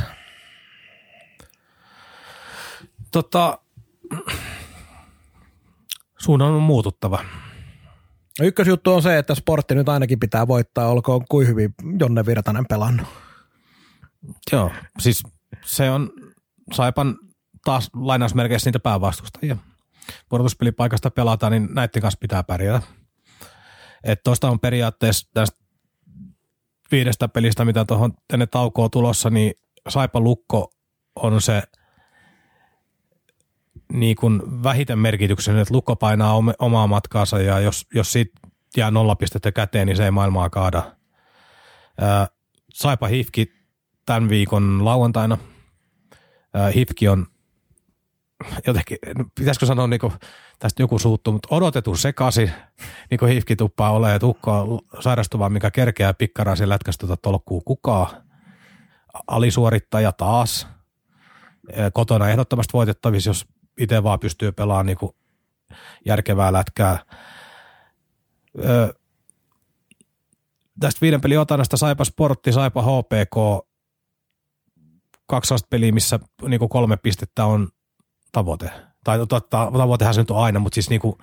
Suunnan on muututtava. Ykkösjuttu on se, että Sportti nyt ainakin pitää voittaa, olkoon kuin hyvin Jonne Virtanen pelannut. Joo, siis se on Saipan taas lainausmerkeissä niitä päävastustajia. Pudotuspelipaikasta pelataan, niin näiden kanssa pitää pärjätä. Että tuosta on periaatteessa tästä 5 pelistä, mitä tuohon tänne taukoon tulossa, niin Saipa Lukko on se niin kuin vähiten merkityksen, että Lukko painaa omaa matkaansa ja jos siitä jää 0 pistettä käteen, niin se ei maailmaa kaada. Saipa HIFK tämän viikon lauantaina. HIFK on jotenkin, pitäisikö sanoa, niin kuin, tästä joku suuttuu, mutta odotetun sekaisin, niin kuin HIFK tuppaa olemaan, että ukko on sairastuvaa, mikä kerkeää pikkaraa sen lätkästä tolkkuu kukaan. Alisuorittaja taas. Kotona ehdottomasti voitettavissa, jos itse vaan pystyy pelaamaan niin kuin järkevää lätkää. Tästä 5 pelin otannasta Saipa Sportti, Saipa HPK, 2 peliä, missä niin kuin 3 pistettä on tavoite. Tai tavoitehan se nyt on aina, mutta siis niin kuin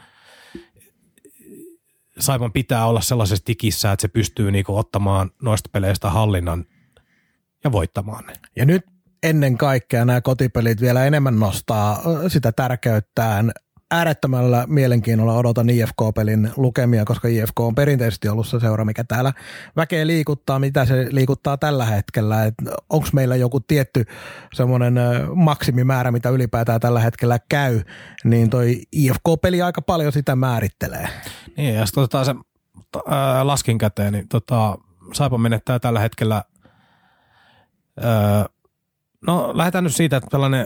Saipan pitää olla sellaisessa tikissä, että se pystyy niin kuin ottamaan noista peleistä hallinnan ja voittamaan ne. Ja nyt ennen kaikkea nämä kotipelit vielä enemmän nostaa sitä tärkeyttään. Äärettömällä mielenkiinnolla odotan IFK-pelin lukemia, koska IFK on perinteisesti ollut se seura, mikä täällä väkeä liikuttaa. Mitä se liikuttaa tällä hetkellä? Onko meillä joku tietty semmoinen maksimimäärä, mitä ylipäätään tällä hetkellä käy, niin toi IFK-peli aika paljon sitä määrittelee. Niin, ja sitten otetaan se laskin käteen, niin Saipa menettää tällä hetkellä lähdetään nyt siitä, että tällainen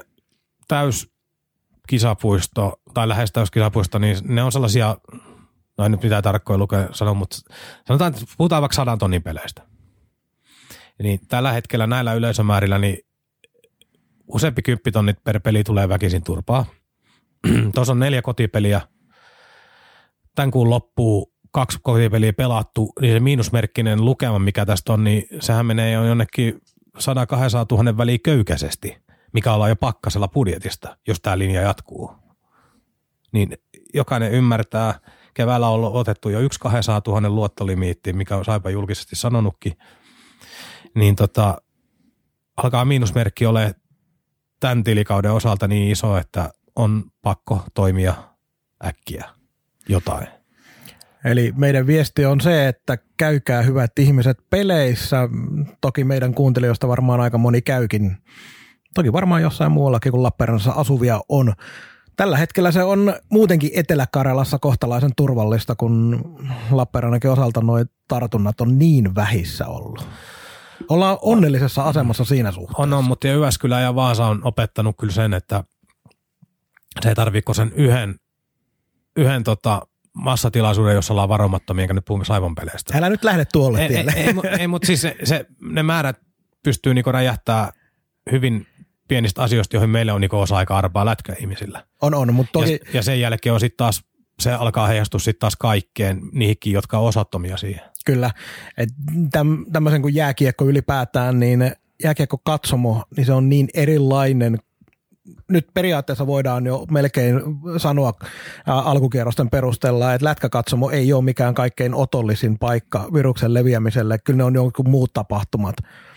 kisapuisto tai lähes täyskisapuisto, niin ne on sellaisia, no ei nyt mitään tarkkoja sanoa, mutta sanotaan, että puhutaan vaikka 100 tonnin peleistä. Niin tällä hetkellä näillä yleisömäärillä niin useampi 10 tonnit per peli tulee väkisin turpaa. Tuossa on 4 kotipeliä. Tämän kuun loppuu 2 kotipeliä pelattu, niin se miinusmerkkinen lukema, mikä tästä on, niin sehän menee jo jonnekin 100-200 000 väliin köykäisesti, mikä ollaan jo pakkasella budjetista, jos tämä linja jatkuu. Niin jokainen ymmärtää, keväällä on otettu jo 1-200 000 luottolimiitti, mikä on Saipa julkisesti sanonutkin, niin alkaa miinusmerkki ole tämän tilikauden osalta niin iso, että on pakko toimia äkkiä jotain. Eli meidän viesti on se, että käykää hyvät ihmiset peleissä. Toki meidän kuuntelijoista varmaan aika moni käykin. Toki varmaan jossain muuallakin kuin Lappeenrannassa asuvia on. Tällä hetkellä se on muutenkin Etelä-Karjalassa kohtalaisen turvallista, kun Lappeenrannakin osalta nuo tartunnat on niin vähissä ollut. Ollaan onnellisessa asemassa siinä suhteessa. On, mutta Jyväskylä ja Vaasa on opettanut kyllä sen, että se ei tarvitse sen yhden massatilaisuuden, jossa ollaan varomattomia, enkä nyt puhumme Saivonpeleistä. Älä nyt lähde tuolle tielle. Ei, mutta siis ne määrät pystyy niinku räjähtää hyvin pienistä asioista, joihin meille on niinku osa-aika arpaa lätkäihmisillä. On, mutta toki... Ja sen jälkeen on sitten taas, se alkaa heijastua sitten taas kaikkeen niihinkin, jotka on osattomia siihen. Kyllä, että tämmöisen kuin jääkiekko ylipäätään, niin jääkiekko-katsomo, niin se on niin erilainen. Nyt periaatteessa voidaan jo melkein sanoa alkukierrosten perusteella, että lätkäkatsomo ei ole mikään kaikkein otollisin paikka viruksen leviämiselle. Kyllä ne on jonkun muut tapahtumat,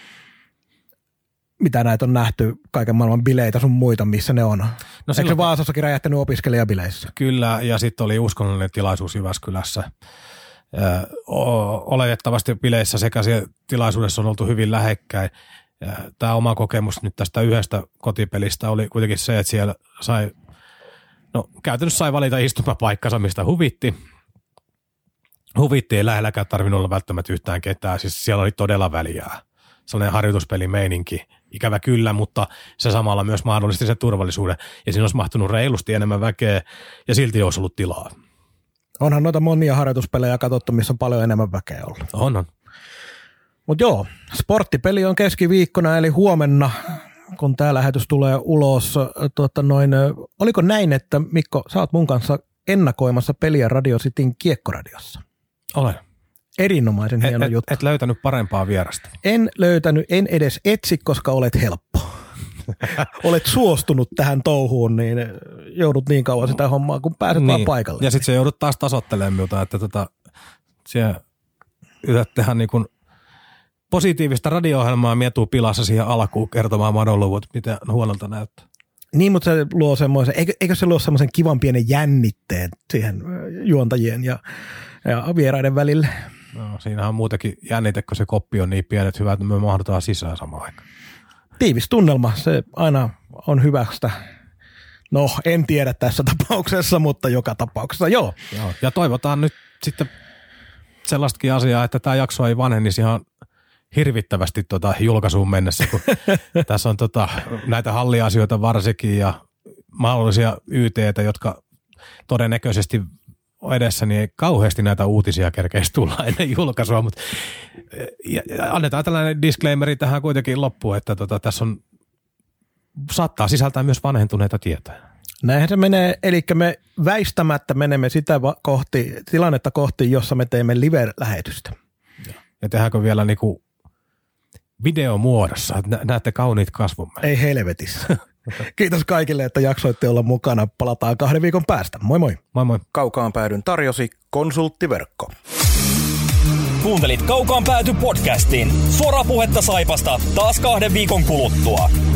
mitä näitä on nähty, kaiken maailman bileitä sun muita, missä ne on. No eikö se Vaasassakin räjähtänyt opiskelijabileissä? Kyllä, ja sitten oli uskonnollinen tilaisuus Jyväskylässä. Oletettavasti bileissä sekä siellä tilaisuudessa on oltu hyvin lähekkäin. Tämä oma kokemus nyt tästä yhdestä kotipelistä oli kuitenkin se, että siellä käytännössä sai valita istumapaikkansa, mistä huvitti. Ei lähelläkään tarvinnut olla välttämättä yhtään ketään, siis siellä oli todella väliä. Sellainen harjoituspelimeininki, ikävä kyllä, mutta se samalla myös mahdollisti sen turvallisuuden. Ja siinä olisi mahtunut reilusti enemmän väkeä ja silti olisi ollut tilaa. Onhan noita monia harjoituspelejä katsottu, missä on paljon enemmän väkeä ollut. On. Mutta joo, sporttipeli on keskiviikkona, eli huomenna, kun tämä lähetys tulee ulos. Oliko näin, että Mikko, sä oot mun kanssa ennakoimassa peliä Radio Cityn Kiekkoradiossa? Olen. Erinomaisen hieno juttu. Et löytänyt parempaa vierasta? En löytänyt, en edes etsi, koska olet helppo. Olet suostunut tähän touhuun, niin joudut niin kauan sitä hommaa, kun pääset vaan paikalle. Ja sitten se joudut taas tasoittelemaan minulta, että siellä yrität tehdä niin kuin positiivista radio-ohjelmaa mietuu pilassa siihen alkuun kertomaan madonluvut, miten huonolta näyttää. Niin, mutta se luo semmoisen, eikö se luo semmoisen kivan pienen jännitteen siihen juontajien ja vieraiden välille? No, siinähän on muutenkin jännite, kun se koppi on niin pieni, että hyvä, että me mahdutaan sisään samaan aikaan. Tiivis tunnelma, se aina on hyvästä. No, en tiedä tässä tapauksessa, mutta joka tapauksessa, joo. Ja toivotaan nyt sitten sellaistakin asiaa, että tämä jakso ei vanhenisi ihan hirvittävästi julkaisuun mennessä, kun tässä on näitä halliasioita varsinkin ja mahdollisia YT:tä, jotka todennäköisesti edessä, niin ei kauheasti näitä uutisia kerkeisi tulla ennen julkaisua, mutta annetaan tällainen disclaimeri tähän kuitenkin loppuun, että tässä saattaa sisältää myös vanhentuneita tietoja. Näinhän se menee, eli me väistämättä menemme sitä tilannetta kohti, jossa me teemme live-lähetystä. Ja tehdäänkö vielä niinku videomuodossa, että näette kauniit kasvumme? Ei helvetissä. Kiitos kaikille, että jaksoitte olla mukana. Palataan 2 viikon päästä. Moi moi. Moi moi. Kaukaan päädyn tarjosi Konsulttiverkko. Kuuntelit Kaukaan pääty podcastin. Suoraa puhetta Saipasta taas 2 viikon kuluttua.